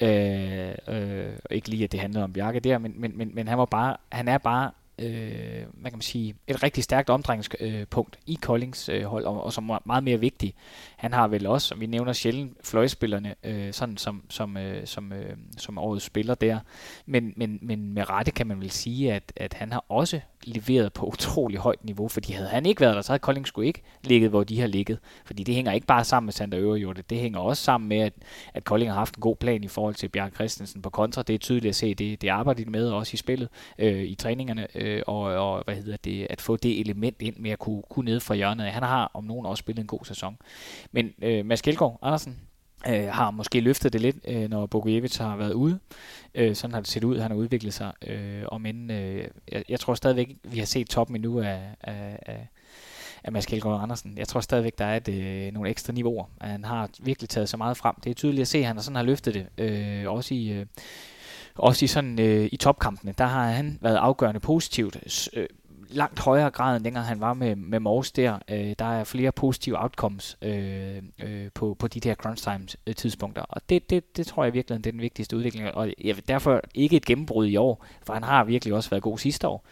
øh, øh, ikke lige, at det handlede om Bjarke der, men, men, men, men han var bare, han er bare, Øh, hvad kan man sige, et rigtig stærkt omdrejningspunkt i Koldings øh, hold, og, og som er meget mere vigtig. Han har vel også, som vi nævner sjældent, fløjspillerne, øh, sådan som, som, øh, som, øh, som årets spiller der. Men, men, men med rette kan man vel sige, at, at han har også leveret på utrolig højt niveau, fordi havde han ikke været der, så havde Kolding sgu ikke ligget, hvor de har ligget. Fordi det hænger ikke bare sammen med Sander Øverjordet, det hænger også sammen med, at, at Kolding har haft en god plan i forhold til Bjarke Christensen på kontra. Det er tydeligt at se, det, det arbejder de med også i spillet, øh, i træningerne, øh, og, og hvad hedder det, at få det element ind med at kunne, kunne ned fra hjørnet. Han har om nogen også spillet en god sæson. Men øh, Mads Kjeldgaard Andersen øh, har måske løftet det lidt, øh, når Bogujevic har været ude. Øh, sådan har det set ud, han har udviklet sig. Øh, om end, øh, jeg, jeg tror stadigvæk, vi har set toppen endnu af, af, af, af Mads Kjeldgaard Andersen. Jeg tror stadigvæk, der er et, øh, nogle ekstra niveauer. Han har virkelig taget så meget frem. Det er tydeligt at se, at han sådan har løftet det. Øh, også i... Øh, Også i, sådan, øh, i topkampene, der har han været afgørende positivt. S- øh, langt højere grad, end dengang han var med, med Mors der. Øh, der er flere positive outcomes øh, øh, på, på de der crunch time tidspunkter. Og det, det, det tror jeg virkelig er den vigtigste udvikling. Og jeg, derfor ikke et gennembrud i år, for han har virkelig også været god sidste år.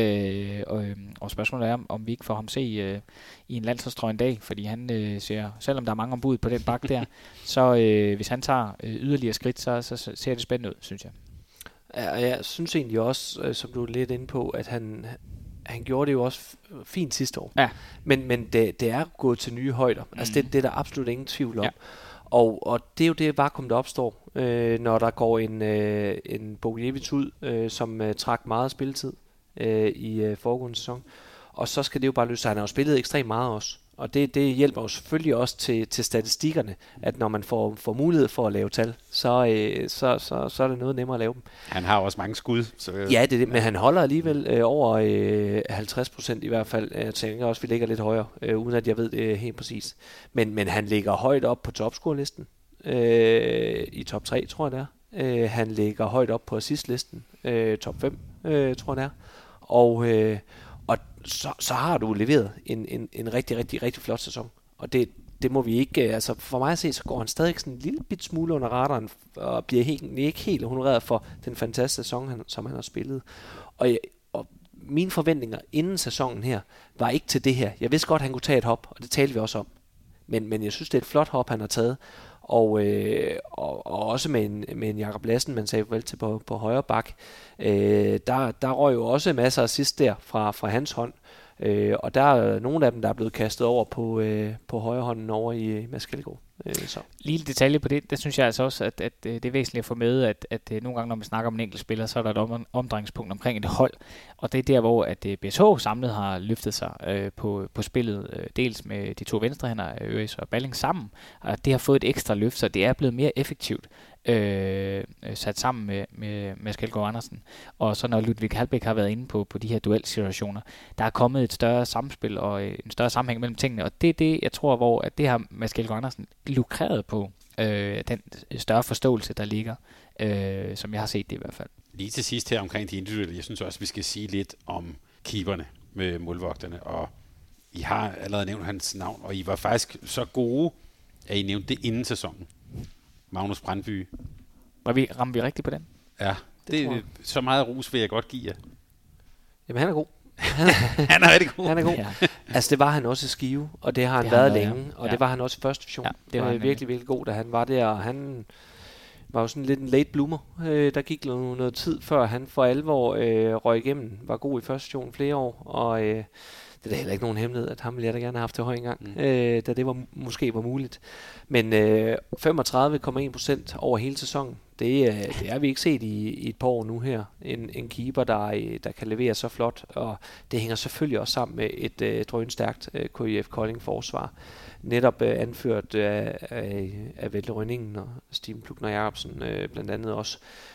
Øh, og, og spørgsmålet er, om vi ikke får ham se øh, i en landsholdstrøje en dag, fordi han øh, ser, selvom der er mange ombud på den bak der, så øh, hvis han tager øh, yderligere skridt, så, så, så ser det spændende ud, synes jeg. Ja, og jeg synes egentlig også, øh, som du er lidt inde på, at han, han gjorde det jo også f- fint sidste år. Ja. Men, men det, det er gået til nye højder. Mm. Altså det, det er der absolut ingen tvivl om. Ja. Og, og det er jo det vakuum, der opstår, øh, når der går en, øh, en Bogujevic ud, øh, som øh, trak meget spilletid øh, i øh, foregående sæson. Og så skal det jo bare løse sig. Han har jo spillet ekstremt meget også. Og det, det hjælper jo selvfølgelig også til, til statistikkerne, at når man får, får mulighed for at lave tal, så, øh, så, så, så er det noget nemmere at lave dem. Han har også mange skud. Så ja, det er det, men han holder alligevel øh, over øh, halvtreds procent i hvert fald. Jeg tænker også, at vi ligger lidt højere, øh, uden at jeg ved det helt præcis. Men, men han ligger højt op på topscore-listen. Øh, I top tre, tror jeg det er. Øh, han ligger højt op på assist-listen. Øh, top fem, øh, tror jeg det er. Og... Øh, Og så, så har du leveret en, en, en rigtig, rigtig, rigtig flot sæson. Og det, det må vi ikke, altså for mig at se, så går han stadig sådan en lille bit smule under radaren, og bliver helt, ikke helt honoreret for den fantastiske sæson, han, som han har spillet. Og, jeg, og mine forventninger inden sæsonen her, var ikke til det her. Jeg vidste godt, at han kunne tage et hop, og det talte vi også om. Men, men jeg synes, det er et flot hop, han har taget. Og, øh, og, og også med en, med en Jakob Lassen, man sagde vel til på, på højre bak. Øh, der, der røg jo også masser af sidst der fra, fra hans hånd. Øh, og der er nogle af dem, der er blevet kastet over på, øh, på højre hånden over i Mads Kjeldgaard. Øh, så. Lille detalje på det, der synes jeg altså også, at, at det er væsentligt at få med, at, at nogle gange, når man snakker om en enkelt spiller, så er der et om, omdrejningspunkt omkring et hold. Og det er der, hvor at B S H samlet har løftet sig øh, på, på spillet, øh, dels med de to venstrehænder, Øres og Balling sammen. Og det har fået et ekstra løft, så det er blevet mere effektivt. Øh, sat sammen med, med Mads Kjeldgaard Andersen. Og så når Ludvig Halbæk har været inde på, på de her duelsituationer, der er kommet et større samspil og en større sammenhæng mellem tingene, og det er det, jeg tror, hvor at det har Mads Kjeldgaard Andersen lukreret på, øh, den større forståelse, der ligger, øh, som jeg har set det i hvert fald. Lige til sidst her omkring de individuelle, jeg synes også, vi skal sige lidt om keeperne med målvogterne, og I har allerede nævnt hans navn, og I var faktisk så gode, at I nævnte det inden sæsonen. Magnus Brandby. Var vi, ramte vi rigtigt på den? Ja, det, det så meget ros vil jeg godt give jer. Jamen han er god. Han er rigtig god. Han er god. Ja. Altså det var han også i Skive, og det har han det været længe, ja. og ja. det var han også i første division. Ja, det var han virkelig, virkelig god, da han var der, og han var jo sådan lidt en late bloomer. Øh, der gik noget, noget tid, før han for alvor øh, røg igennem, var god i første division flere år, og øh, det er da heller ikke nogen hemmelighed, at ham ville jeg da gerne have haft til høj engang, mm. øh, da det var, måske var muligt. Men øh, femogtredive komma en procent over hele sæsonen, det, øh, det har vi ikke set i, i et par år nu her. En, en keeper, der, der kan levere så flot, og det hænger selvfølgelig også sammen med et øh, drønstærkt øh, K I F Kolding forsvar. Netop øh, anført af, af, af Vetle Rønningen og Steven Plukner Jacobsen øh, blandt andet også,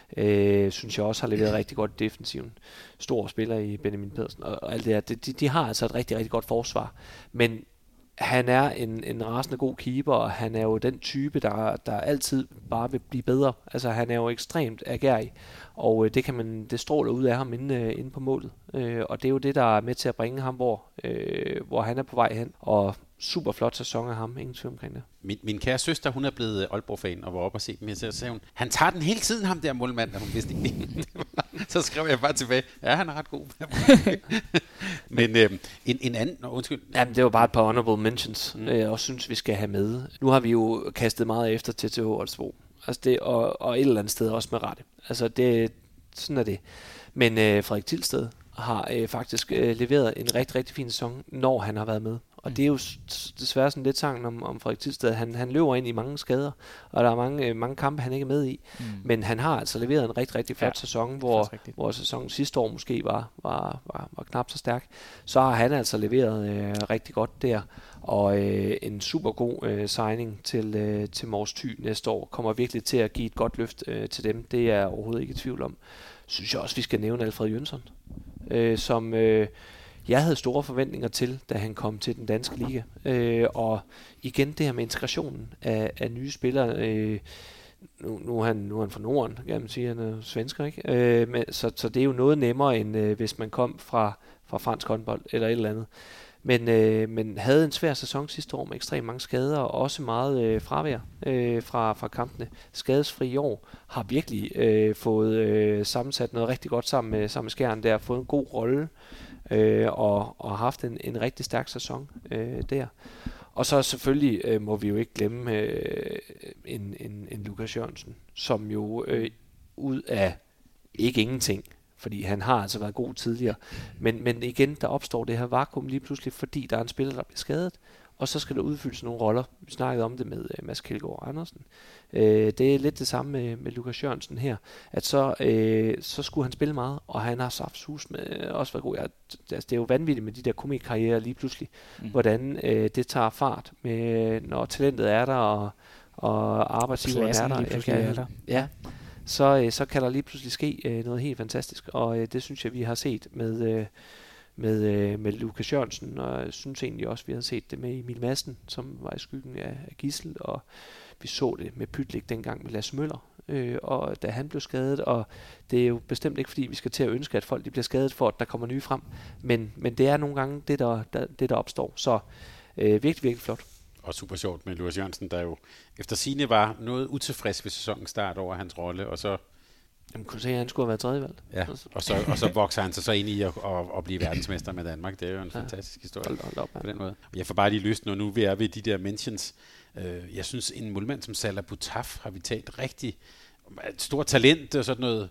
øh, synes jeg også har leveret rigtig godt i defensiven. Stor spiller i Benjamin Pedersen og, og alt det her. De, de, de har altså et rigtig, rigtig godt forsvar. Men han er en, en rasende god keeper, og han er jo den type, der, der altid bare vil blive bedre. Altså han er jo ekstremt agerig, og øh, det kan man det stråler ud af ham inde, øh, inde på målet. Øh, og det er jo det, der er med til at bringe ham, hvor, øh, hvor han er på vej hen. Og super flot sæson af ham, ingen tvivl omkring det. Min, min kære søster, hun er blevet Aalborg-fan og var oppe og se dem. Så sagde hun, han tager den hele tiden, ham der målmand, og hun vidste ikke. Så skrev jeg bare tilbage, ja, han er ret god. Men øh, en, en anden, no, undskyld. Jamen, det var bare et par honorable mentions, mm. jeg også synes, vi skal have med. Nu har vi jo kastet meget efter T T H Holstebro. Altså det, og, og et eller andet sted også med rette. Altså det, sådan er det. Men øh, Frederik Tilsted har øh, faktisk øh, leveret en rigtig, rigtig fin sæson, når han har været med. Og mm. det er jo desværre sådan lidt sangen om, om Frederik Tilsted. Han, han løber ind i mange skader, og der er mange, øh, mange kampe, han ikke er med i. Mm. Men han har altså leveret en rigtig, rigtig flot ja, sæson, hvor, hvor sæsonen sidste år måske var, var, var, var knap så stærk. Så har han altså leveret øh, rigtig godt der. Og øh, en super god øh, signing til, øh, til Mors Thy næste år. Kommer virkelig til at give et godt løft øh, til dem. Det er jeg overhovedet ikke i tvivl om. Synes jeg også, vi skal nævne Alfred Jønsson, øh, som øh, jeg havde store forventninger til, da han kom til den danske liga. Øh, og igen det her med integrationen af, af nye spillere. Øh, nu, nu, er han, nu er han fra Norden, kan man sige, han er svensker, ikke? Øh, men, så, så det er jo noget nemmere, end øh, hvis man kom fra, fra fransk håndbold eller et eller andet. Men, øh, men havde en svær sæson sidste år med ekstremt mange skader og også meget øh, fravær øh, fra, fra kampene. Skadesfri i år har virkelig øh, fået øh, sammensat noget rigtig godt sammen med, sammen med Skjern der, fået en god rolle øh, og, og haft en, en rigtig stærk sæson øh, der. Og så selvfølgelig øh, må vi jo ikke glemme øh, en, en, en Lukas Jørgensen, som jo øh, ud af ikke ingenting, fordi han har altså været god tidligere. Men, men igen, der opstår det her vakuum lige pludselig, fordi der er en spiller, der bliver skadet, og så skal der udfyldes nogle roller. Vi snakkede om det med uh, Mads Kjeldgaard Andersen. Uh, det er lidt det samme med, med Lukas Jørgensen her, at så, uh, så skulle han spille meget, og han har saftsus med uh, også været god. Ja, altså, det er jo vanvittigt med de der komikkarrierer lige pludselig, mm. hvordan uh, det tager fart, med, når talentet er der, og, og arbejdsgiveren er der. Lige er der. Ja. Så, øh, så kan der lige pludselig ske øh, noget helt fantastisk, og øh, det synes jeg, vi har set med, øh, med, øh, med Lukas Jørgensen, og jeg synes egentlig også, vi har set det med Emil Madsen, som var i skyggen af, af Gissel, og vi så det med Pytlik dengang med Lasse Møller, øh, og da han blev skadet, og det er jo bestemt ikke, fordi vi skal til at ønske, at folk de bliver skadet for, at der kommer nye frem, men, men det er nogle gange det, der, der, det, der opstår, så øh, virkelig, virkelig flot. og super sjovt med Lukas Jørgensen, der jo efter sigende var noget utilfreds ved sæsonens start over hans rolle, og så... Jamen, kunne se, at han skulle have været tredjevalgt. Ja, og så, og så vokser han sig så ind i at, at, at blive verdensmester med Danmark. Det er jo en ja. fantastisk historie hold, hold op, ja. på den måde. Jeg får bare lige lyst, når nu vi er ved de der mentions. Jeg synes, en målmand som Salah Boutaf har vi talt rigtig stort talent og sådan noget.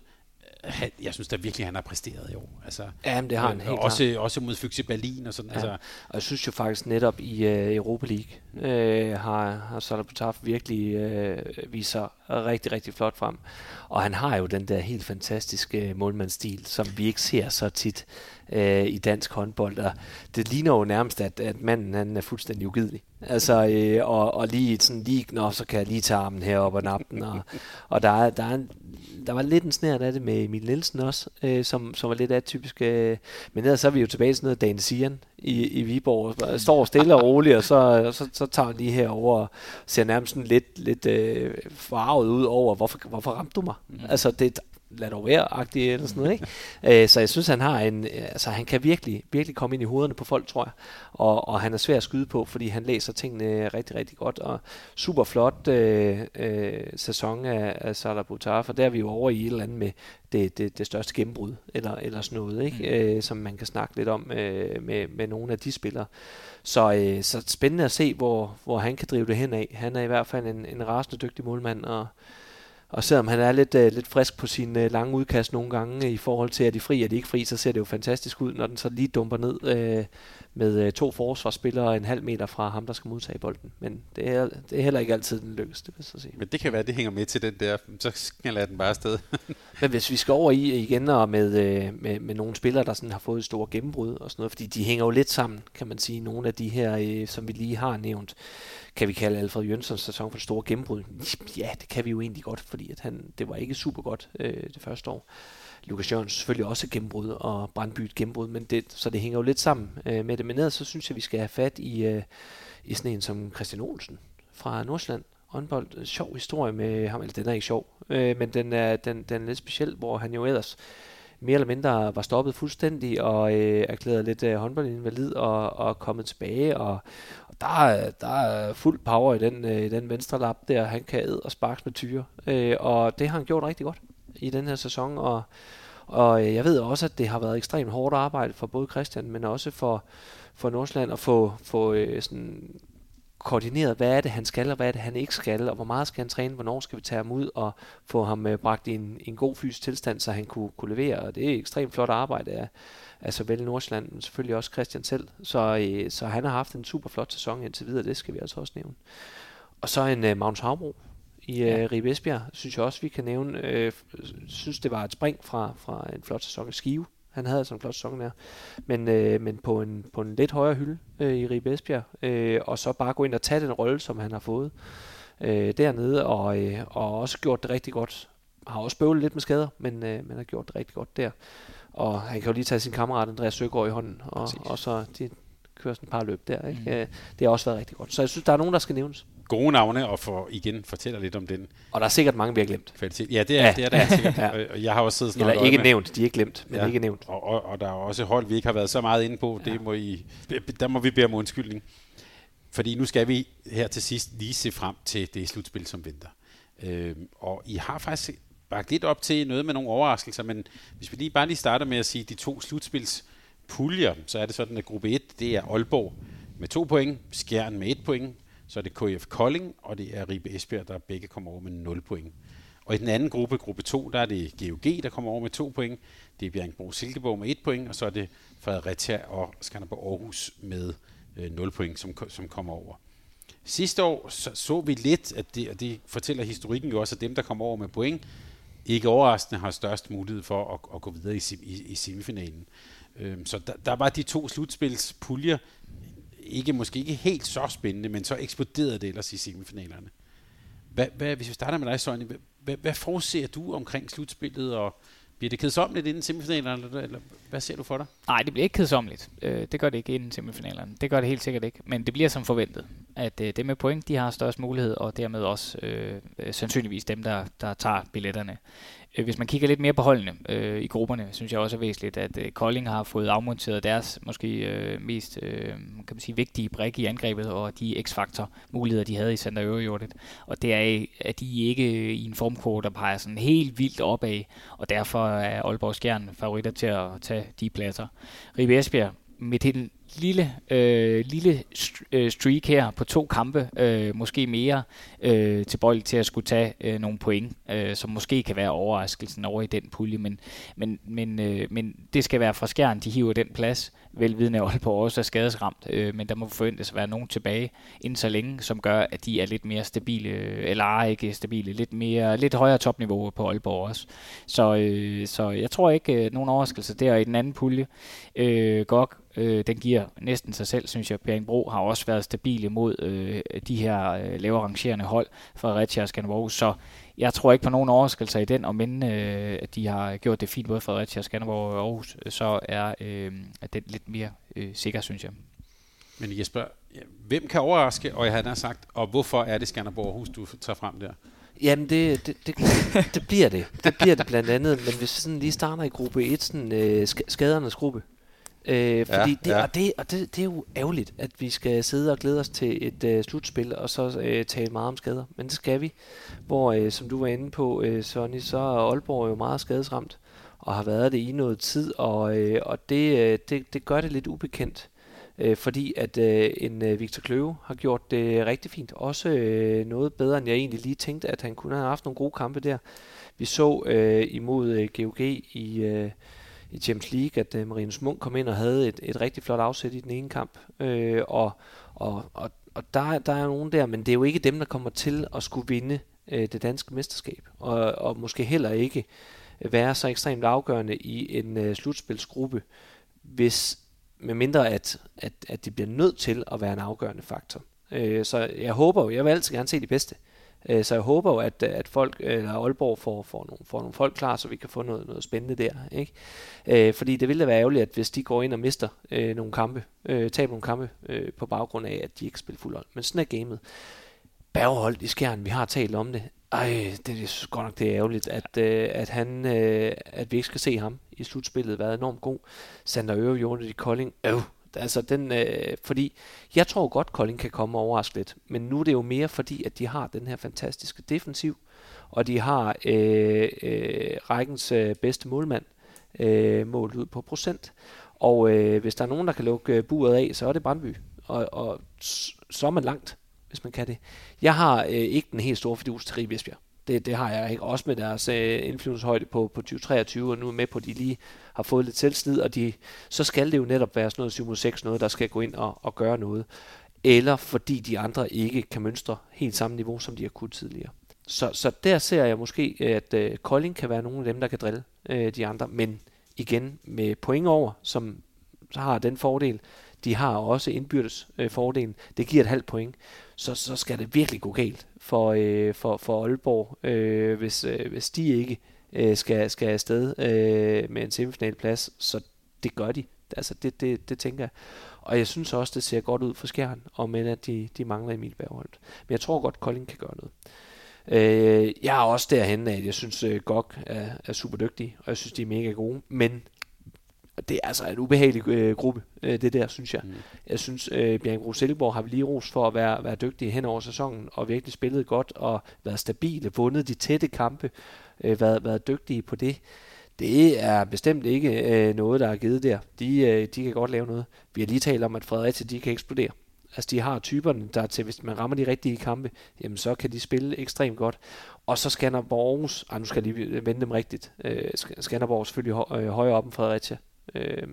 Jeg synes da virkelig, han har præsteret i år. Altså, Jamen, det har han helt også, også mod F C Berlin og sådan. Ja. Altså. Og jeg synes jo faktisk netop i uh, Europa League uh, har, har Salah Boutaf virkelig uh, vist sig rigtig, rigtig flot frem. Og han har jo den der helt fantastiske målmandsstil, som vi ikke ser så tit uh, i dansk håndbold. Og det ligner jo nærmest, at, at manden han er fuldstændig ugidelig. Altså, øh, og, og lige sådan lige, nå, så kan jeg lige tage armen herop og nappe den. Og, og der, er, der, er en, der var lidt en snært af det med Emil Nielsen også, øh, som, som var lidt atypisk. Øh, men ellers så er vi jo tilbage til noget Dan Sian i, i Viborg. Står stille og roligt, og så, så, så tager han lige herover og ser nærmest sådan lidt, lidt øh, farvet ud over, hvorfor, hvorfor ramte du mig? Mm. Altså, det lad dog være-agtigt eller sådan noget, ikke? Æ, så jeg synes, han har en, altså han kan virkelig, virkelig komme ind i hovederne på folk, tror jeg. Og, og han er svær at skyde på, fordi han læser tingene rigtig, rigtig godt. Og super flot øh, øh, sæson af, af Salah Boutaf, og der er vi jo over i et eller andet med det, det, det største gennembrud, eller, eller sådan noget, ikke? Mm. Æ, som man kan snakke lidt om øh, med, med nogle af de spillere. Så, øh, så spændende at se, hvor, hvor han kan drive det hen af. Han er i hvert fald en, en rasende dygtig målmand, og Og selvom han er lidt, uh, lidt frisk på sin uh, lange udkast nogle gange i forhold til, at de fri og de ikke fri, så ser det jo fantastisk ud, når den så lige dumper ned uh, med uh, to forsvarsspillere en halv meter fra ham, der skal modtage bolden. Men det er, det er heller ikke altid den lykkes, det vil jeg sige. Men det kan være, det hænger med til den der, så skal jeg den bare afsted. Men hvis vi skal over i igen og med, uh, med, med nogle spillere, der sådan har fået store gennembrud og sådan noget, fordi de hænger jo lidt sammen, kan man sige, nogle af de her, uh, som vi lige har nævnt. Kan vi kalde Alfred Jønssons sæson for et stort gennembrud? Ja, det kan vi jo egentlig godt, fordi at han, det var ikke super godt øh, det første år. Lukas Jørgensen selvfølgelig også et gennembrud, og Brandby et gennembrud, men det, så det hænger jo lidt sammen øh, med det. Men ellers så synes jeg, vi skal have fat i, øh, i sådan en som Christian Olsen fra Nordsjælland. Håndbold, sjov historie med ham, eller den er ikke sjov, øh, men den er, den, den er lidt speciel, hvor han jo ellers mere eller mindre var stoppet fuldstændig og øh, erklærede lidt øh, håndboldinvalid og, og kommet tilbage, og, og der, er, der er fuld power i den, øh, i den venstre lap der. Han kan æde og sparke med tyre, øh, og det har han gjort rigtig godt i den her sæson, og, og øh, jeg ved også, at det har været ekstremt hårdt arbejde for både Christian, men også for, for Nordsjælland at få, få øh, sådan koordineret, hvad er det, han skal, og hvad er det, han ikke skal, og hvor meget skal han træne, hvornår skal vi tage ham ud og få ham øh, bragt i en, en god fysisk tilstand, så han kunne, kunne levere, og det er ekstremt flot arbejde af, af såvel Nordsjælland, men selvfølgelig også Christian selv, så, øh, så han har haft en super flot sæson indtil videre, det skal vi altså også nævne. Og så en øh, Magnus Havbro i øh, ja. Ribe Esbjerg, synes jeg også, vi kan nævne, øh, synes det var et spring fra, fra en flot sæson i Skive. Han havde sådan en flot sæson der, men, øh, men på, en, på en lidt højere hylde øh, i Ribe Esbjerg, øh, og så bare gå ind og tage den rolle, som han har fået øh, dernede, og, øh, og også gjort det rigtig godt. Har også bøvlet lidt med skader, men øh, man har gjort det rigtig godt der. Og han kan jo lige tage sin kammerat Andreas Søgaard i hånden, og, og så de kører sådan et par løb der. Ikke? Mm. Øh, det har også været rigtig godt. Så jeg synes, der er nogen, der skal nævnes. Gode navne, og for igen fortæller lidt om den. Og der er sikkert mange, vi har glemt. Kvalitet. Ja, det er, ja. det er der sikkert. Ja. Og jeg har også siddet sådan Eller ikke nævnt, de er ikke glemt, men ja. ikke nævnt. Og, og, og der er også hold, vi ikke har været så meget inde på. Ja. Det må I, der må vi bede om undskyldning. Fordi nu skal vi her til sidst lige se frem til det slutspil, som venter. Øhm, og I har faktisk bagt lidt op til noget med nogle overraskelser, men hvis vi lige bare lige starter med at sige de to slutspilspuljer, så er det sådan, at gruppe et, det er Aalborg med to point, Skjern med et point, så er det K F Kolding, og det er Ribe Esbjerg, der begge kommer over med nul point. Og i den anden gruppe, gruppe to, der er det G O G, der kommer over med to point. Det er Bjerringbro Silkeborg med et point, og så er det Fredericia og Skanderborg Aarhus med øh, nul point, som, som kommer over. Sidste år så, så vi lidt, at det, og det fortæller historikken jo også, at dem, der kommer over med point, ikke overraskende har størst mulighed for at, at gå videre i, i, i semifinalen. Øhm, så der, der var de to slutspilspuljer, ikke måske ikke helt så spændende, men så eksploderede det ellers i semifinalerne. Hvad, hvad, hvis vi starter med dig, Sonny, hvad, hvad, hvad forudser du omkring slutspillet, og bliver det kedsommeligt inden semifinalerne, eller, eller hvad ser du for dig? Nej, det bliver ikke kedsomligt. Øh, det gør det ikke inden semifinalerne. Det gør det helt sikkert ikke, men det bliver som forventet. at øh, dem med point, de har størst mulighed, og dermed også øh, sandsynligvis dem, der, der tager billetterne. Hvis man kigger lidt mere på holdene øh, i grupperne, synes jeg også er væsentligt, at øh, Kolding har fået afmonteret deres måske øh, mest øh, kan man sige, vigtige brik i angrebet, og de x-faktor muligheder, de havde i Center Øverjordet. Og det er, at de ikke i en formkurve, der peger sådan helt vildt opad, og derfor er Aalborg Skjern favoritter til at tage de pladser. Ribe Esbjerg med til lille, øh, lille streak her på to kampe, øh, måske mere øh, tilbøjelig til at skulle tage øh, nogle point, øh, som måske kan være overraskelsen over i den pulje, men, men, men, øh, men det skal være fra Skjern, de hiver den plads, velvidende Aalborg også er skadesramt, øh, men der må forventes at være nogen tilbage inden så længe, som gør, at de er lidt mere stabile, eller ikke stabile, lidt, mere, lidt højere topniveau på Aalborg også. Så, øh, så jeg tror ikke øh, nogen overraskelse der. I den anden pulje, øh, G O G, øh, den giver næsten sig selv, synes jeg. Bjerringbro har også været stabile mod øh, de her øh, lavere rangerende hold fra Fredericia og Skanderborg, så jeg tror ikke på nogen overraskelser i den, og men øh, at de har gjort det fint både Fredericia, Skanderborg og Aarhus, så er øh, den lidt mere øh, sikker, synes jeg. Men Jesper, hvem kan overraske, og jeg havde sagt, og hvorfor er det Skanderborg Aarhus, du tager frem der? Jamen, det, det, det, det bliver det. Det bliver det blandt andet, men hvis vi sådan lige starter i gruppe et, sådan øh, skadernes gruppe, Øh, fordi ja, det, ja. Og, det, og det, det er jo ærgerligt, at vi skal sidde og glæde os til et øh, slutspil, og så øh, tale meget om skader. Men det skal vi. Hvor, øh, som du var inde på, øh, Sonny, så er Aalborg jo meget skadesramt, og har været det i noget tid, og, øh, og det, øh, det, det gør det lidt ubekendt. Øh, fordi at øh, en øh, Victor Kløve har gjort det rigtig fint. Også øh, noget bedre, end jeg egentlig lige tænkte, at han kunne have haft nogle gode kampe der. Vi så øh, imod øh, G O G i... Øh, i Champions League, at uh, Marinus Munk kom ind og havde et, et rigtig flot afsæt i den ene kamp. Øh, og og, og, og der, der er nogen der, men det er jo ikke dem, der kommer til at skulle vinde øh, det danske mesterskab. Og, og måske heller ikke være så ekstremt afgørende i en øh, slutspilsgruppe, hvis med mindre at, at, at de bliver nødt til at være en afgørende faktor. Øh, så jeg håber jo, jeg vil altid gerne se de bedste. Så jeg håber jo, at, at folk, eller Aalborg får, får, nogle, får nogle folk klar, så vi kan få noget, noget spændende der. Ikke? Øh, fordi det ville da være ærgerligt, at hvis de går ind og mister øh, nogle kampe, øh, taber nogle kampe øh, på baggrund af, at de ikke spiller fuldhold. Men sådan er gamet. Bergholt i Skjern, vi har talt om det. Ej, det er godt nok det er ærgerligt, at, øh, at, han, øh, at vi ikke skal se ham i slutspillet. Været enormt god. Sander Øverjordet i Kolding. Øh. Altså den, øh, fordi jeg tror godt, Kolding kan komme og overraske lidt, men nu er det jo mere fordi, at de har den her fantastiske defensiv, og de har øh, øh, rækkens øh, bedste målmand øh, målt ud på procent. Og øh, hvis der er nogen, der kan lukke buret af, så er det Brandby, og, og så er man langt, hvis man kan det. Jeg har øh, ikke den helt store fidus til Ribe Esbjerg. Det, det har jeg ikke. Også med deres øh, indflydelseshøjde på, på tyve treogtyve, og nu er med på, at de lige har fået lidt selvslid, og de, så skal det jo netop være sådan noget syv mod seks, noget, der skal gå ind og, og gøre noget. Eller fordi de andre ikke kan mønstre helt samme niveau, som de har kunnet tidligere. Så, så der ser jeg måske, at øh, Kolding kan være nogle af dem, der kan drille øh, de andre, men igen med point over, som har den fordel. De har også indbyrdes øh, fordelen. Det giver et halvt point. Så, så skal det virkelig gå galt for, øh, for, for Aalborg, øh, hvis, øh, hvis de ikke øh, skal, skal afsted øh, med en semifinalplads. Så det gør de. Altså det, det, det tænker jeg. Og jeg synes også, det ser godt ud for Skjern, og men at de, de mangler Emil Bergholt. Men jeg tror godt, Kolding kan gøre noget. Øh, jeg er også derhen, at jeg synes, at G O G er, er super dygtig, og jeg synes, de er mega gode. Men det er altså en ubehagelig øh, gruppe, øh, det der, synes jeg. Mm. Jeg synes, øh, Bjerringbro-Silkeborg har vi lige ros for at være, være dygtige hen over sæsonen, og virkelig spillet godt, og været stabile, vundet de tætte kampe, øh, været, været dygtige på det. Det er bestemt ikke øh, noget, der er givet der. De, øh, de kan godt lave noget. Vi har lige talt om, at Fredericia, de kan eksplodere. Altså, de har typerne, der til, hvis man rammer de rigtige kampe, jamen så kan de spille ekstremt godt. Og så Skanderborg Aarhus, ah, nu skal jeg lige vende dem rigtigt, øh, Skanderborg er selvfølgelig hø- øh, højere op end Fredericia. Øh,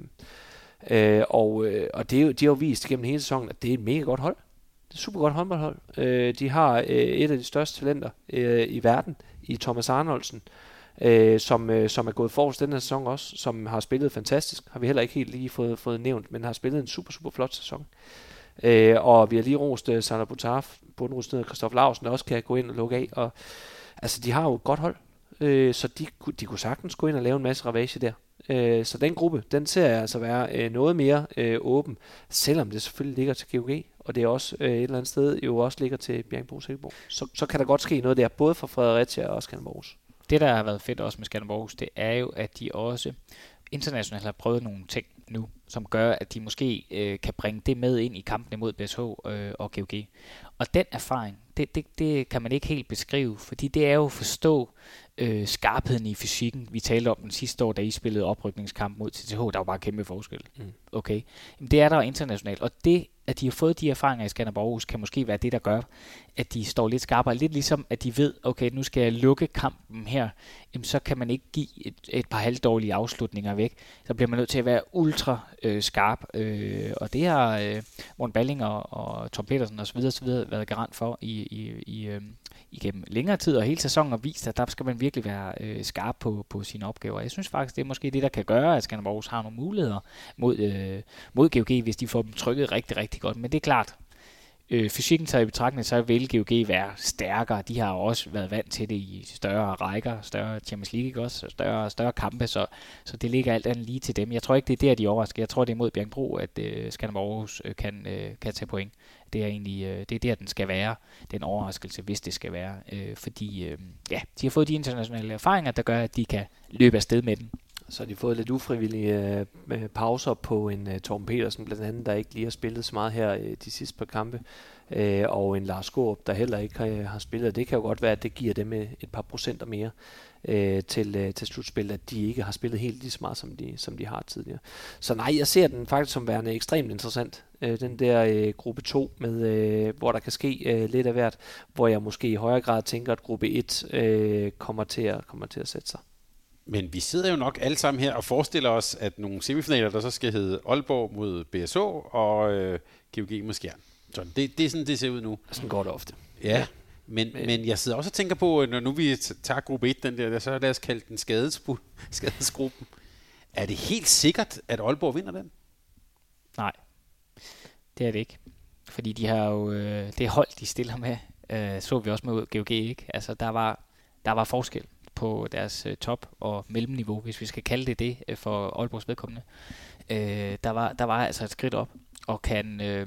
øh, og øh, og det er jo, de har jo vist gennem hele sæsonen, at det er et mega godt hold. Det er et super godt håndboldhold. Øh, de har øh, et af de største talenter øh, i verden, i Thomas Arnoldsen, øh, som, øh, som er gået forrest den her sæson også, som har spillet fantastisk. Har vi heller ikke helt lige fået, fået nævnt, men har spillet en super, super flot sæson. Øh, og vi har lige rost uh, Sander Butaf, bunderudstøder og Christoph Lausen, der også kan gå ind og lukke af. Og, altså, de har jo et godt hold, øh, så de, de kunne sagtens gå ind og lave en masse ravage der. Så den gruppe, den ser jeg altså være øh, noget mere øh, åben, selvom det selvfølgelig ligger til G O G og det er også øh, et eller andet sted jo også ligger til Bjerringbro-Silkeborg, så, så kan der godt ske noget der, både for Fredericia og Skanderborg. Det, der har været fedt også med Skanderborg, det er jo, at de også internationalt har prøvet nogle ting nu, som gør, at de måske øh, kan bringe det med ind i kampene mod B S H øh, og G O G. Og den erfaring, det, det, det kan man ikke helt beskrive, fordi det er jo at forstå øh, skarpheden i fysikken. Vi talte om den sidste år, da I spillede oprykningskamp mod T T H, der var bare kæmpe forskel. Mm. Okay. Jamen, det er der internationalt, og det, at de har fået de erfaringer i Skanderborg, kan måske være det, der gør, at de står lidt skarpere. Lidt ligesom, at de ved, okay, nu skal jeg lukke kampen her, jamen, så kan man ikke give et, et par halvdårlige afslutninger væk. Så bliver man nødt til at være ultra øh, skarp, øh, og det har øh, Morten Balling og, og Tom Petersen osv. osv. været garant for i, i, i, øh, igennem længere tid, og hele sæsonen har vist, at der skal man virkelig være øh, skarp på, på sine opgaver. Jeg synes faktisk, det er måske det, der kan gøre, at Skanderborg har nogle muligheder mod, øh, mod G O G, hvis de får dem trykket rigtig, rigtig godt. Men det er klart, øh, fysikken taget i betragtning, så vil G O G være stærkere. De har også været vant til det i større rækker, større Champions League også, større, større kampe, så, så det ligger alt andet lige til dem. Jeg tror ikke, det er der, de overrasker. Jeg tror, det er mod Bjerringbro, at øh, Skanderborg øh, kan, øh, kan tage point. Det er egentlig øh, det er der, den skal være, den overraskelse, hvis det skal være. Øh, fordi øh, ja, de har fået de internationale erfaringer, der gør, at de kan løbe afsted med den. Så har de fået lidt ufrivillige øh, pauser på en øh, Torben Petersen, blandt andet, der ikke lige har spillet så meget her øh, de sidste par kampe, øh, og en Lars Skårup, der heller ikke øh, har spillet. Det kan jo godt være, at det giver dem et par procenter mere øh, til, øh, til slutspil, at de ikke har spillet helt lige så meget, som de, som de har tidligere. Så nej, jeg ser den faktisk som værende ekstremt interessant. Øh, den der øh, gruppe to, med, øh, hvor der kan ske øh, lidt af hvert, hvor jeg måske i højere grad tænker, at gruppe et øh, kommer, til at, kommer til at sætte sig. Men vi sidder jo nok alle sammen her og forestiller os, at nogle semifinaler, der så skal hedde Aalborg mod B S H og øh, G O G mod Skjern. Så det, det er sådan, det ser ud nu. Sådan går det ofte. Ja, ja. Men, men, men jeg sidder også og tænker på, når nu vi tager gruppe et, den der, så lad os kalde den skadesgruppen. Er det helt sikkert, at Aalborg vinder den? Nej, det er det ikke. Fordi de har jo, øh, det hold, de stiller med, øh, så vi også med G O G, ikke? Altså, der var, der var forskel på deres øh, top- og mellemniveau, hvis vi skal kalde det det, øh, for Aalborgs vedkommende. Øh, der, var, der var altså et skridt op, og kan, øh,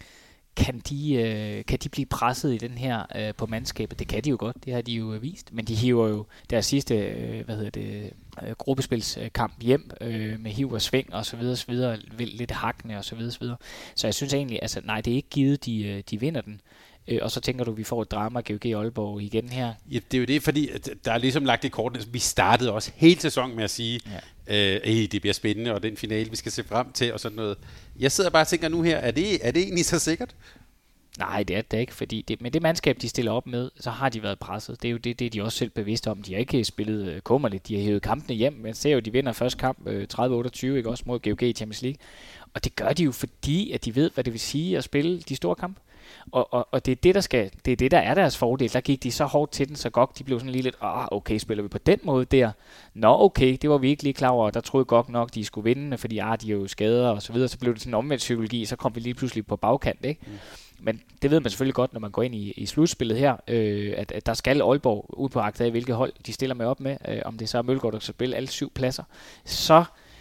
kan, de, øh, kan de blive presset i den her øh, på mandskabet? Det kan de jo godt, det har de jo vist, men de hiver jo deres sidste øh, hvad hedder det, øh, gruppespilskamp hjem øh, med hiv og sving og så videre, så videre, lidt hakkende og så videre, så videre. Så jeg synes egentlig, altså nej, det er ikke givet, de, de vinder den. Øh, og så tænker du, at vi får et drama G O G Aalborg igen her. Ja, det er jo det, fordi der er ligesom lagt i kortene. Vi startede også hele sæsonen med at sige, ja. øh, det bliver spændende, og den finale, vi skal se frem til, og sådan noget. Jeg sidder bare og tænker nu her, er det, er det egentlig så sikkert? Nej, det er det ikke, fordi det, med det mandskab, de stiller op med, så har de været presset. Det er jo det, det er de også selv bevidste om. De har ikke spillet øh, kummerligt, de har hævet kampene hjem, men ser jo, de vinder første kamp øh, tredive otteogtyve, ikke også mod G O G i Champions League. Og det gør de jo, fordi at de ved, hvad det vil sige at spille de store kampe. Og, og, og det er det, der skal, det er det, der er deres fordel. Der gik de så hårdt til den, så godt de blev sådan lige lidt, ah, okay, spiller vi på den måde der? Nå, okay, det var vi ikke lige klar over. Der troede godt nok, de skulle vinde, fordi ah, de er jo skader og så videre. Så blev det sådan en omvendt psykologi, så kom vi lige pludselig på bagkant, ikke? Mm. Men det ved man selvfølgelig godt, når man går ind i, i slutspillet her, øh, at, at der skal Aalborg ud på agt af, hvilket hold de stiller med op med, øh, om det så er Mølgaard, der skal spille alle syv pladser. Så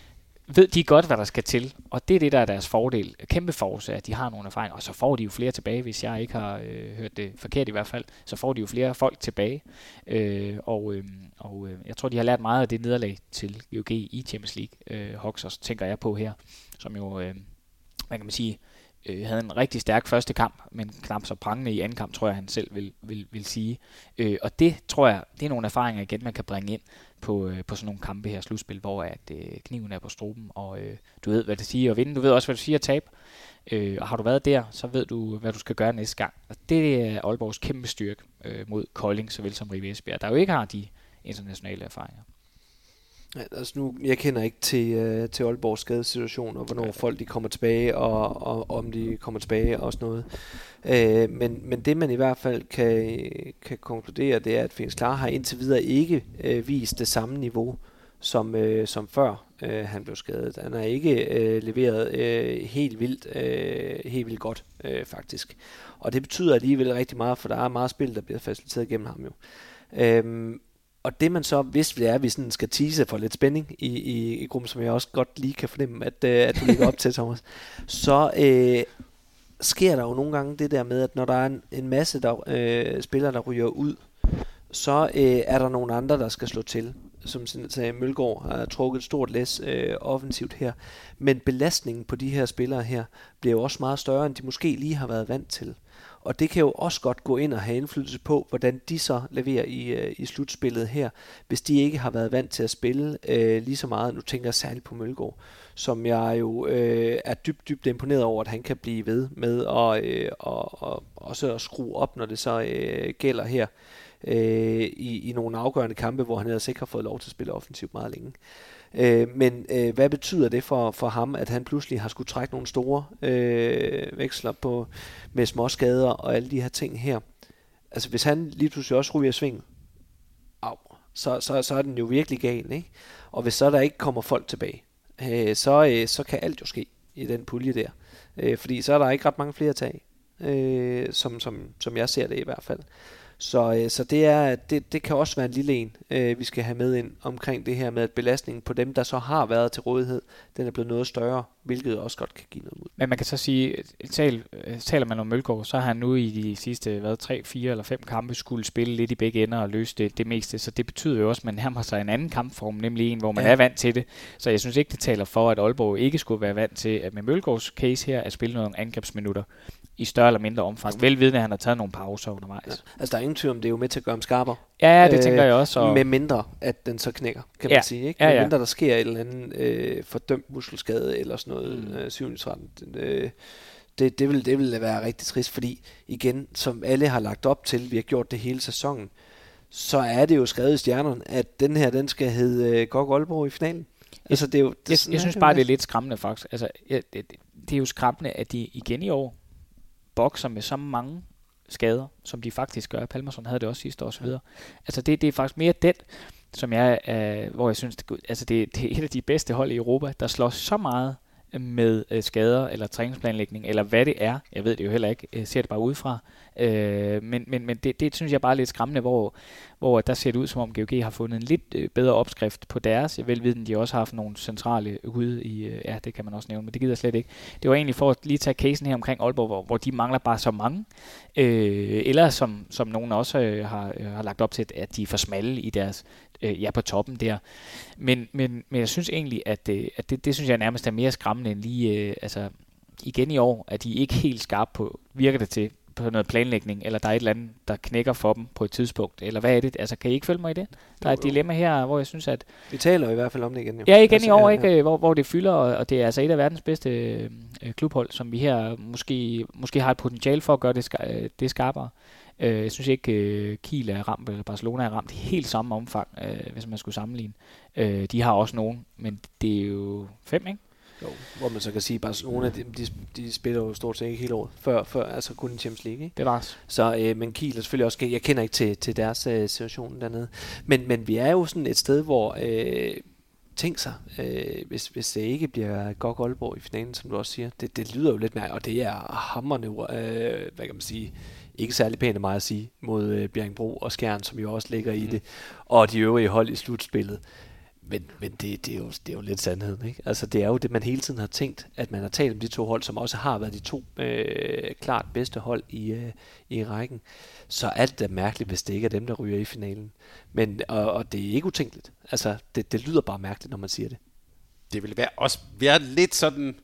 ved de godt, hvad der skal til, og det er det, der er deres fordel. Kæmpe force, at de har nogle erfaringer, og så får de jo flere tilbage, hvis jeg ikke har øh, hørt det forkert i hvert fald, så får de jo flere folk tilbage, øh, og, øh, og øh, jeg tror, de har lært meget af det nederlag til G O G i Champions League, øh, Hoxers, tænker jeg på her, som jo, øh, man kan man sige, øh, havde en rigtig stærk første kamp, men knap så prangende i anden kamp, tror jeg, han selv vil, vil, vil sige. Øh, og det, tror jeg, det er nogle erfaringer igen, man kan bringe ind på, øh, på sådan nogle kampe her, slutspil, hvor at, øh, kniven er på struben, og øh, du ved, hvad det siger at vinde, du ved også, hvad det siger at tabe. Øh, og har du været der, så ved du, hvad du skal gøre næste gang. Og det er Aalborgs kæmpe styrke øh, mod Kolding, såvel som Ribe Esbjerg, der jo ikke har de internationale erfaringer. Ja, altså nu, jeg kender ikke til, øh, til Aalborgs skadesituation, og hvornår ja. folk de kommer tilbage, og, og om de kommer tilbage, og sådan noget. Øh, men, men det man i hvert fald kan, kan konkludere, det er, at Phoenix Klar har indtil videre ikke øh, vist det samme niveau, som, øh, som før øh, han blev skadet. Han har ikke øh, leveret øh, helt vildt, øh, helt vildt godt, øh, faktisk. Og det betyder alligevel rigtig meget, for der er meget spil, der bliver faciliteret gennem ham jo. Øh, Og det man så, hvis det er, at vi sådan skal tease for lidt spænding i, i, i gruppen, som jeg også godt lige kan fornemme, at, øh, at du ligger op til, Thomas, så, øh, sker der jo nogle gange det der med, at når der er en, en masse der, øh, spillere, der ryger ud, så øh, er der nogle andre, der skal slå til. Som sagde, Mølgaard har trukket et stort læs øh, offensivt her. Men belastningen på de her spillere her bliver jo også meget større, end de måske lige har været vant til. Og det kan jo også godt gå ind og have indflydelse på, hvordan de så leverer i, øh, i slutspillet her, hvis de ikke har været vant til at spille øh, lige så meget. Nu tænker jeg særligt på Mølgaard, som jeg jo øh, er dybt, dybt imponeret over, at han kan blive ved med at, øh, og, og, også at skrue op, når det så øh, gælder her øh, i, i nogle afgørende kampe, hvor han ellers ikke har fået lov til at spille offensivt meget længe. Øh, men øh, hvad betyder det for, for ham, at han pludselig har skulle trække nogle store øh, veksler på, med små skader og alle de her ting her? Altså hvis han lige pludselig også ryger i sving, au, så, så, så er den jo virkelig gal, ikke? Og hvis så der ikke kommer folk tilbage, øh, så, øh, så kan alt jo ske i den pulje der. Øh, fordi så er der ikke ret mange flere tag, øh, som, som, som jeg ser det i hvert fald. Så, øh, så det, er, det, det kan også være en lille en, øh, vi skal have med ind omkring det her med, at belastningen på dem, der så har været til rådighed, den er blevet noget større, hvilket også godt kan give noget mod. Men man kan så sige, tal, taler man om Mølgaard, så har han nu i de sidste hvad, tre, fire eller fem kampe skulle spille lidt i begge ender og løse det, det meste. Så det betyder jo også, at man nærmer sig en anden kampform, nemlig en, hvor man ja. er vant til det. Så jeg synes ikke, det taler for, at Aalborg ikke skulle være vant til, at med Mølgaards case her, at spille nogle angrebsminutter i større eller mindre omfang. Velvidende, at han har taget nogle pauser undervejs. Ja. Altså der er ingen tvivl om, det er jo med til at gøre ham skarpere. Ja, det øh, tænker jeg også. Og med mindre, at den så knækker, kan ja. man sige. Ikke? Ja, med ja. mindre, der sker et eller andet øh, fordømt muskelskade eller sådan noget mm. øh, syvningsretten. Øh, det, det, vil, det vil være rigtig trist, fordi igen, som alle har lagt op til, vi har gjort det hele sæsonen, så er det jo skrevet i stjernerne, at den her, den skal hedde øh, G O G Aalborg i finalen. Altså, det er jo, det, jeg jeg synes bare, det er lidt skræmmende faktisk. Altså, ja, det, det er jo skræmmende, at de igen i år bokser med så mange skader, som de faktisk gør. Palmerson havde det også sidste år og så videre. Altså det, det er faktisk mere det, som jeg, øh, hvor jeg synes, det, altså det, det er et af de bedste hold i Europa, der slår så meget med øh, skader eller træningsplanlægning, eller hvad det er. Jeg ved det jo heller ikke. Jeg ser det bare udefra. Øh, men men, men det, det synes jeg bare er lidt skræmmende, hvor, hvor der ser det ud, som om G O G har fundet en lidt øh, bedre opskrift på deres. Jeg vil vide, at de også har haft nogle centrale ude i, øh, ja, det kan man også nævne, men det gider jeg slet ikke. Det var egentlig for at lige tage casen her omkring Aalborg, hvor, hvor de mangler bare så mange. Øh, eller som, som nogen også øh, har, øh, har lagt op til, at de er for smalle i deres, øh, ja, på toppen der. Men, men, men jeg synes egentlig, at, øh, at det, det synes jeg nærmest er mere skræmmende end lige, øh, altså igen i år, at de ikke helt skarpe på, virker det til, på noget planlægning, eller der er et eller andet, der knækker for dem på et tidspunkt, eller hvad er det? Altså, kan I ikke følge mig i det? Der er et dilemma her, hvor jeg synes, at... Vi taler i hvert fald om det igen, jo. Ja, igen altså, i år, ja, ikke? Ja. Hvor, hvor det fylder, og, og det er altså et af verdens bedste øh, klubhold, som vi her måske, måske har et potentiale for at gøre det, ska- øh, det skarpere. Øh, jeg synes ikke, øh, Kiel er ramt, eller Barcelona er ramt helt samme omfang, øh, hvis man skulle sammenligne. Øh, de har også nogen, men det er jo fem, ikke? Jo, hvor man så kan sige, at Barcelona, de, de, de spiller jo stort set ikke hele året, før, før altså kun en Champions League, ikke? Det var det. Så, øh, men Kiel er selvfølgelig også, jeg kender ikke til, til deres øh, situation dernede, men, men vi er jo sådan et sted, hvor, øh, tænk sig, øh, hvis, hvis det ikke bliver G O G Aalborg i finalen, som du også siger, det, det lyder jo lidt mere, og det er hamrende, øh, hvad kan man sige, ikke særlig pænt af mig at sige, mod øh, Bjerringbro og Skjern, som jo også ligger i mm. det, og de øvrige hold i slutspillet. Men, men det, det, er jo, det er jo lidt sandheden, ikke? Altså det er jo det, man hele tiden har tænkt, at man har talt om de to hold, som også har været de to øh, klart bedste hold i, øh, i rækken. Så alt er mærkeligt, hvis det ikke er dem, der ryger i finalen. Men, og, og det er ikke utænkeligt. Altså det, det lyder bare mærkeligt, når man siger det. Det ville være også være lidt sådan...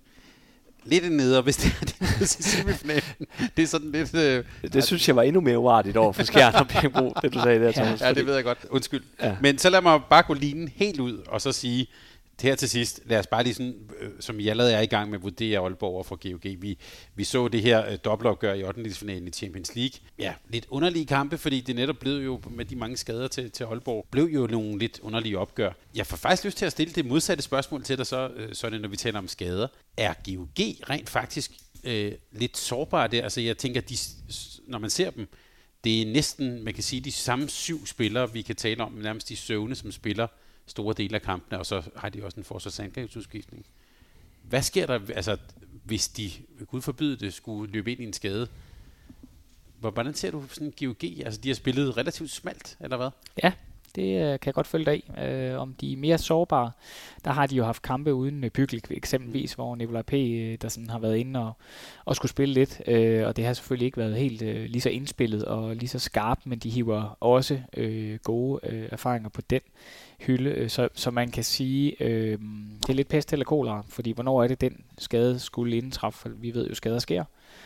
Lidt neder, hvis det er det semifinalen. Det er sådan lidt... Øh, det det synes jeg var endnu mere uartigt over for Skjern og Bjerringbro, det du sagde der, Thomas. Ja, ja, det ved jeg godt. Undskyld. Ja. Men så lad mig bare gå linen helt ud, og så sige, her til sidst, lad os bare lige sådan, øh, som I allerede er i gang med at vurdere Aalborg over for G O G. Vi, vi så det her øh, dobbeltopgør i ottendedelsfinalen i Champions League. Ja, lidt underlige kampe, fordi det netop blev jo, med de mange skader til, til Aalborg, blev jo nogle lidt underlige opgør. Jeg får faktisk lyst til at stille det modsatte spørgsmål til dig så, øh, sådan når vi taler om skader. Er G O G rent faktisk øh, lidt sårbare der? Altså jeg tænker, de, når man ser dem, det er næsten, man kan sige, de samme syv spillere, vi kan tale om, nærmest de søvne, som spiller store dele af kampene, og så har de også en forsvarsangrebsudskiftning. Hvad sker der, altså, hvis de, Gud forbyde det, skulle løbe ind i en skade? Hvordan ser du sådan G O G? Altså, de har spillet relativt smalt, eller hvad? Ja, Det øh, kan jeg godt følge dig i. Øh, om de er mere sårbare, der har de jo haft kampe uden øh, Byglik eksempelvis, hvor Nikolaj P. Øh, der sådan har været inde og, og skulle spille lidt. Øh, og det har selvfølgelig ikke været helt øh, lige så indspillet og lige så skarpt, men de hiver også øh, gode øh, erfaringer på den hylde. Øh, så, så man kan sige, øh, det er lidt pest eller kolera, fordi hvornår er det den skade skulle indtræffe? For vi ved jo, skader sker.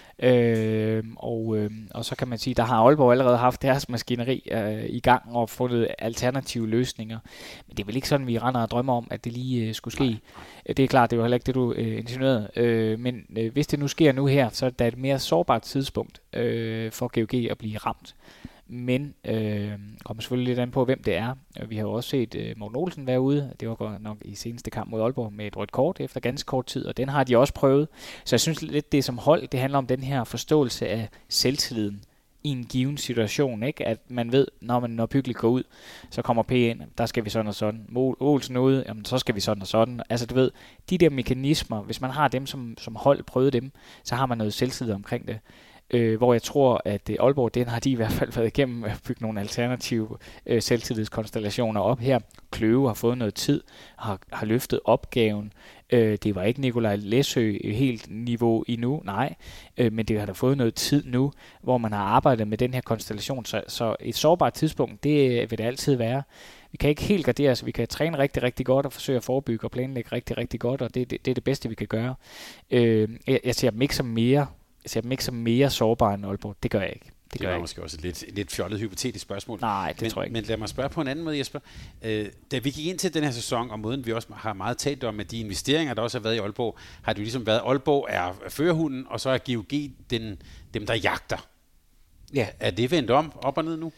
Øh, og, øh, og så kan man sige, der har Aalborg allerede haft deres maskineri øh, i gang og fundet alternative løsninger. Men det er vel ikke sådan, vi render og drømmer om, at det lige øh, skulle ske. Nej. Det er klart, det var heller ikke det, du øh, insinuerede. Øh, men øh, hvis det nu sker nu her, så er det et mere sårbart tidspunkt øh, for G O G at blive ramt. Men øh, kommer selvfølgelig lidt an på, hvem det er. Vi har jo også set øh, Morten Olsen være ude. Det var godt nok i seneste kamp mod Aalborg med et rødt kort efter ganske kort tid, og den har de også prøvet. Så jeg synes lidt, det som hold, det handler om den her forståelse af selvtilliden i en given situation, ikke? At man ved, når man når Byglik går ud, så kommer P ind, der skal vi sådan og sådan. Olsen ude, jamen, så skal vi sådan og sådan. Altså du ved, de der mekanismer, hvis man har dem som, som hold, prøvet dem, så har man noget selvtillid omkring det. Øh, hvor jeg tror, at øh, Aalborg, den har de i hvert fald været igennem at bygge nogle alternative øh, selvtillidskonstellationer op her. Kløve har fået noget tid, har, har løftet opgaven. Øh, det var ikke Nikolaj Læsø helt niveau endnu, nej, øh, men det har da fået noget tid nu, hvor man har arbejdet med den her konstellation. Så, så et sårbart tidspunkt, det vil det altid være. Vi kan ikke helt gardere os, vi kan træne rigtig, rigtig godt og forsøge at forebygge og planlægge rigtig, rigtig godt, og det, det, det er det bedste, vi kan gøre. Øh, jeg, jeg ser dem ikke som mere Jeg ser dem ikke som mere sårbare end Aalborg. Det gør jeg ikke. Det, det var måske også et lidt, lidt fjollet hypotetisk spørgsmål. Nej, det men, tror jeg ikke. Men lad mig spørge på en anden måde, Jesper. Øh, da vi gik ind til den her sæson, og måden vi også har meget talt om, at de investeringer, der også har været i Aalborg, har det jo ligesom været, Aalborg er førerhunden, og så er G O G den, dem, der jagter. Ja. Er det vendt om, op og ned nu?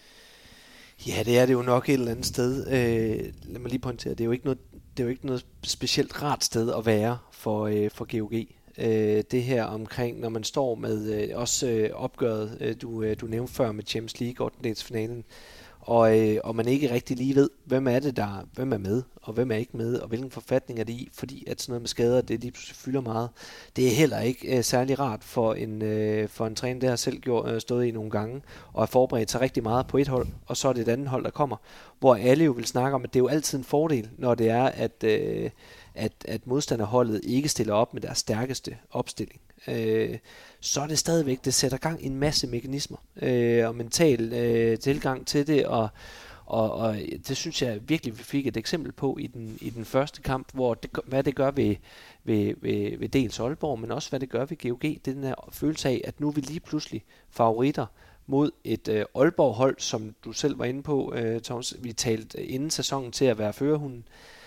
Ja, det er det jo nok et eller andet sted. Øh, lad mig lige pointere, det er jo ikke noget, det er jo ikke noget specielt rart sted at være for, øh, for G O G. Øh, det her omkring, når man står med øh, også øh, opgøret, øh, du, øh, du nævnte før med Champions League ottendedelsfinalen, og, øh, og man ikke rigtig lige ved, hvem er det der, hvem er med, og hvem er ikke med, og hvilken forfatning er det i, fordi at sådan noget med skader, det lige pludselig fylder meget. Det er heller ikke øh, særlig rart for en, øh, for en træner, der har selv gjort, øh, stået i nogle gange, og har forberedt sig rigtig meget på et hold, og så er det et andet hold, der kommer, hvor alle jo vil snakke om, at det er jo altid en fordel, når det er, at øh, At, at modstanderholdet ikke stiller op med deres stærkeste opstilling, øh, så er det stadigvæk, det sætter gang i en masse mekanismer øh, og mental øh, tilgang til det, og, og, og det synes jeg virkelig, vi fik et eksempel på i den, i den første kamp, hvor det, hvad det gør ved, ved, ved, ved dels Aalborg, men også hvad det gør ved G O G, det er den her følelse af, at nu er vi lige pludselig favoritter mod et øh, Aalborg-hold, som du selv var inde på, øh, Thomas, vi talte inden sæsonen til at være førerhunden.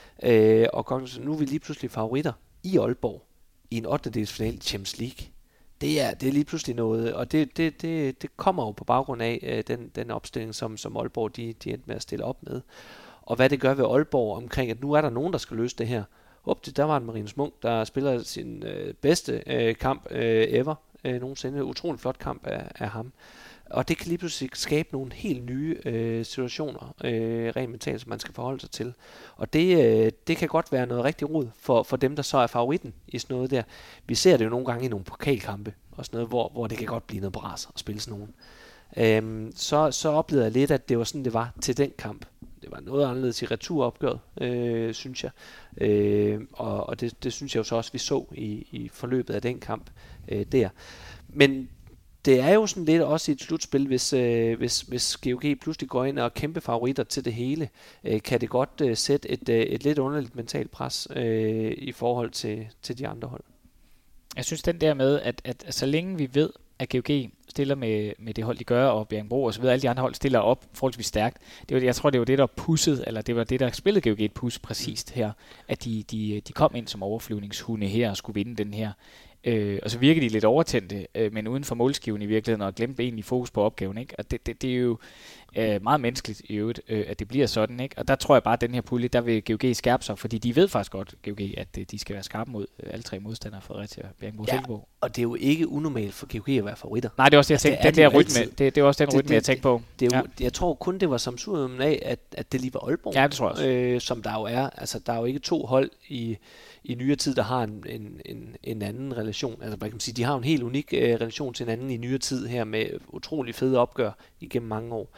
Øh, og nu er vi lige pludselig favoritter i Aalborg i en ottendedelsfinale i Champions League. Det er, det er lige pludselig noget, og det, det, det, det kommer jo på baggrund af øh, den, den opstilling, som, som Aalborg de, de endte med at stille op med. Og hvad det gør ved Aalborg omkring, at nu er der nogen, der skal løse det her. Op til, der var en Marinus Munk, der spiller sin øh, bedste øh, kamp øh, ever øh, nogensinde. Utrolig flot kamp af, af ham. Og det kan lige pludselig skabe nogle helt nye øh, situationer, øh, rent mentalt, som man skal forholde sig til. Og det, øh, det kan godt være noget rigtig rod for, for dem, der så er favoritten i sådan noget der. Vi ser det jo nogle gange i nogle pokalkampe, og sådan noget, hvor, hvor det kan godt blive noget bras at spille sådan nogen. Øhm, så, så oplevede jeg lidt, at det var sådan, det var til den kamp. Det var noget anderledes i returopgøret, øh, synes jeg. Øh, og og det, det synes jeg jo så også, vi så i, i forløbet af den kamp øh, der. Men det er jo sådan lidt også i et slutspil, hvis, øh, hvis, hvis G O G pludselig går ind og kæmpe favoritter til det hele, øh, kan det godt øh, sætte et, øh, et lidt underligt mentalt pres øh, i forhold til, til de andre hold. Jeg synes den der med, at, at, at så længe vi ved, at G O G stiller med, med det hold, de gør, og Bjerringbro og så videre, alle de andre hold stiller op forholdsvis stærkt. Det var, jeg tror, det var det, der pussede, eller det var det, der spillede G O G et pus præcist her, at de, de, de kom ind som overflyvningshunde her og skulle vinde den her. Øh, og så virker de lidt overtændte, øh, men uden for målskiven i virkeligheden, og glemte egentlig fokus på opgaven, ikke? Og det, det, det er jo øh, meget menneskeligt i øvrigt, øh, at det bliver sådan, ikke? Og der tror jeg bare, at den her pulje, der vil G O G skærpe sig, fordi de ved faktisk godt, G O G, at øh, de skal være skarpe mod øh, alle tre modstandere, Fredericia, Bjerringbro og ja, Silkeborg. Og det er jo ikke unormalt for G O G at være favoritter. Nej, det er også det, jeg tænkte, altså, den der rytme, det, det er også den rytme, jeg tænkte på. Det, det er jo, ja. Jeg tror kun, det var samsurium af, at, at det lige var Aalborg, ja, det tror jeg også. Øh, som der jo er. Altså, der er jo ikke to hold i i nyere tid, der har en, en, en, en anden relation. Altså, hvad kan man sige, de har en helt unik øh, relation til en anden i nyere tid her, med utrolig fede opgør igennem mange år.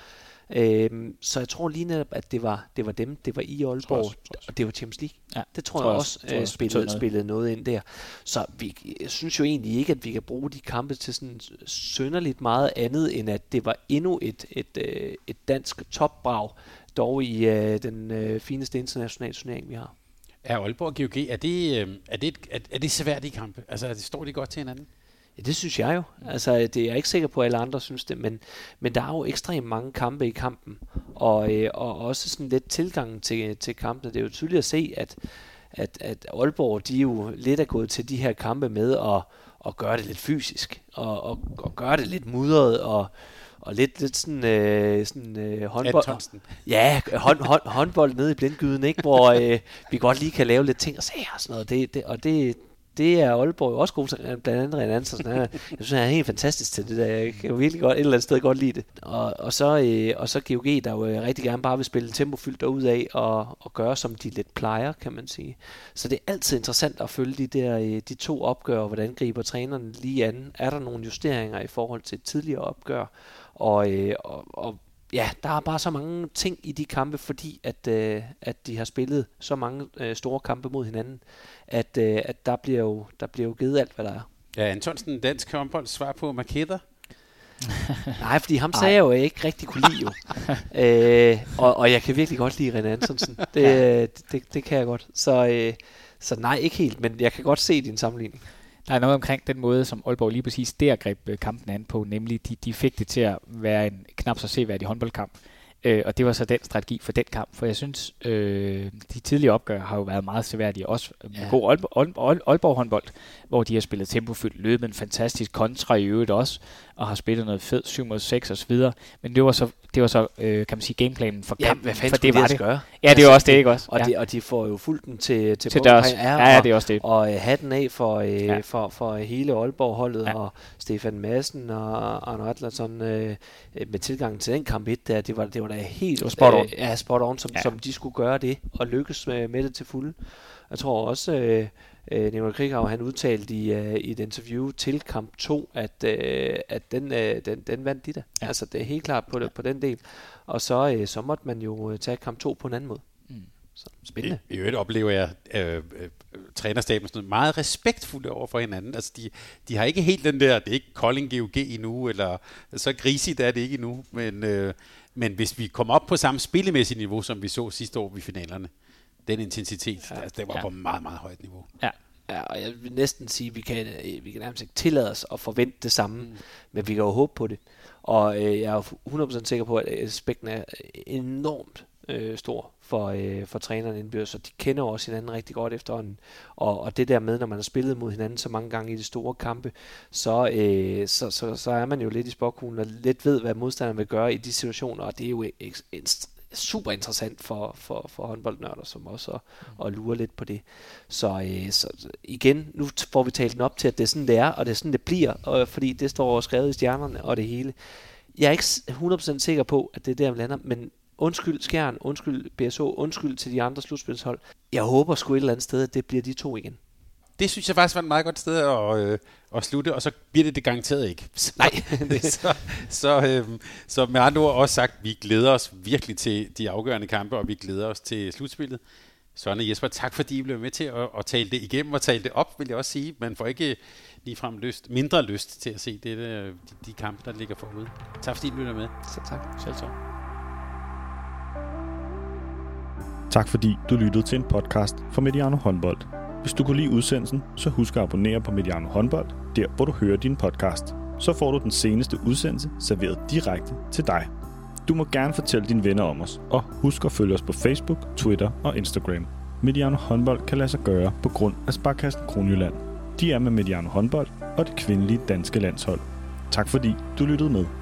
Øhm, så jeg tror lige netop, at det var, det var dem, det var i Aalborg, også, og det var Champions League. Ja, det tror, tror jeg jeg også, også, øh, spillede, noget. spillede noget ind der. Så vi, jeg synes jo egentlig ikke, at vi kan bruge de kampe til sådan synderligt meget andet, end at det var endnu et, et, et, et dansk topbrag, dog i øh, den øh, fineste internationale turnering, vi har. Er Aalborg og G O G, er det, øh, er det, er, er det seværdige kampe? Altså, det står de godt til hinanden? Ja, det synes jeg jo. Altså, det er jeg ikke sikker på, at alle andre synes det, men, men der er jo ekstremt mange kampe i kampen, og, øh, og også sådan lidt tilgangen til, til kampene. Det er jo tydeligt at se, at, at, at Aalborg, de jo lidt er gået til de her kampe med at, at gøre det lidt fysisk, og, og, og gøre det lidt mudret, og og lidt, lidt sådan, øh, sådan øh, håndbold. Ja, hånd, hånd, håndbold nede i blindgyden, ikke? Hvor øh, vi godt lige kan lave lidt ting og sager og sådan noget. Det, det, og det, det er Aalborg jo også god til, blandt andet René Andersen. Jeg synes, han er helt fantastisk til det der. Jeg kan jo virkelig godt et eller andet sted godt lide det. Og, og, så, øh, og så G O G, der jo rigtig gerne bare vil spille tempofyldt derud af og, og gøre, som de lidt plejer, kan man sige. Så det er altid interessant at følge de der de to opgør, hvordan griber trænerne lige an. Er der nogle justeringer i forhold til et tidligere opgør? Og, øh, og, og ja, der er bare så mange ting i de kampe, fordi at, øh, at de har spillet så mange øh, store kampe mod hinanden, at, øh, at der, bliver jo, der bliver jo givet alt, hvad der er. Ja, Antonsen, dansk håndbold, svar på Marketter? Nej, fordi ham sagde jeg jo, jeg ikke rigtig kunne lide jo. øh, og, og jeg kan virkelig godt lide René Antonsen. Det, det, det, det kan jeg godt. Så, øh, så nej, ikke helt, men jeg kan godt se din sammenligning. Der er noget omkring den måde, som Aalborg lige præcis der greb kampen an på, nemlig de, de fik det til at være en knap så seværdig håndboldkamp. Øh, og det var så den strategi for den kamp, for jeg synes, øh, de tidligere opgør har jo været meget seværdige, også med ja. god Aalborg, Aalborg håndbold, hvor de har spillet tempofyldt, løbet en fantastisk kontra i øvrigt også, og har spillet noget fedt syv mod seks og så videre. Men det var så, det var så øh, kan man sige, gameplanen for kampen. Ja, hvad fanden for det var det. Gøre? Ja, det er altså, også det, ikke også? Og, ja. de, og de får jo fuldt den til, til, til deres. Ja, ja, det er også det. Og øh, hatten af for, øh, ja. for, for hele Aalborg-holdet, ja. og Stefan Madsen og Arne Atlason øh, med tilgang til den kamp et der, det var, det var da helt... Det var spot on. Øh, ja, spot on, som, ja. som de skulle gøre det, og lykkes med, med det til fulde. Jeg tror også... Øh, Øh, Nicolai Krighav, han udtalte i, uh, i et interview til kamp to, at, uh, at den, uh, den, den vandt de da. Ja. Altså det er helt klart på, ja. på den del. Og så, uh, så måtte man jo tage kamp to på en anden måde. Mm. Så spændende. I, i øvrigt oplever jeg øh, øh, trænerstaben sådan meget respektfulde over for hinanden. Altså de, de har ikke helt den der, det er ikke Kolding G O G endnu, eller så grisigt er det ikke endnu, men, øh, men hvis vi kommer op på samme spillemæssigt niveau, som vi så sidste år ved finalerne, den intensitet, ja. altså, det var ja. på meget, meget højt niveau. Ja. Ja, og jeg vil næsten sige, at vi kan, vi kan nærmest ikke tillade os at forvente det samme, mm. men vi kan jo håbe på det. Og øh, jeg er hundrede procent sikker på, at aspekten er enormt øh, stor for, øh, for trænerne indbyrdes, så de kender også hinanden rigtig godt efterhånden. Og, og det der med, når man har spillet mod hinanden så mange gange i de store kampe, så, øh, så, så, så er man jo lidt i spåkuglen og lidt ved, hvad modstanderen vil gøre i de situationer, og det er jo ekstremt super interessant for, for, for håndboldnørder, som også at, at lure lidt på det. Så, øh, så igen, nu får vi talt den op til, at det er sådan, det er, og det er sådan, det bliver, og, fordi det står skrevet i stjernerne og det hele. Jeg er ikke hundrede procent sikker på, at det er der, vi lander, men undskyld Skjern, undskyld B S H, undskyld til de andre slutspilshold. Jeg håber sgu et eller andet sted, at det bliver de to igen. Det synes jeg faktisk var et meget godt sted at, øh, at slutte, og så bliver det det garanteret ikke. Så, Nej. så, så, øh, så med andre ord også sagt, vi glæder os virkelig til de afgørende kampe, og vi glæder os til slutspillet. Søren og Jesper, tak fordi I blev med til at, at tale det igennem og tale det op, vil jeg også sige. Man får ikke ligefrem lyst, mindre lyst til at se det, de, de kampe, der ligger forude. Tak fordi I blev med. Så tak. Selv tak. Tak fordi du lyttede til en podcast fra Mediano Håndbold. Hvis du kunne lide udsendelsen, så husk at abonnere på Mediano Håndbold, der hvor du hører din podcast. Så får du den seneste udsendelse serveret direkte til dig. Du må gerne fortælle dine venner om os, og husk at følge os på Facebook, Twitter og Instagram. Mediano Håndbold kan lade sig gøre på grund af Sparkassen Kronjylland. De er med Mediano Håndbold og det kvindelige danske landshold. Tak fordi du lyttede med.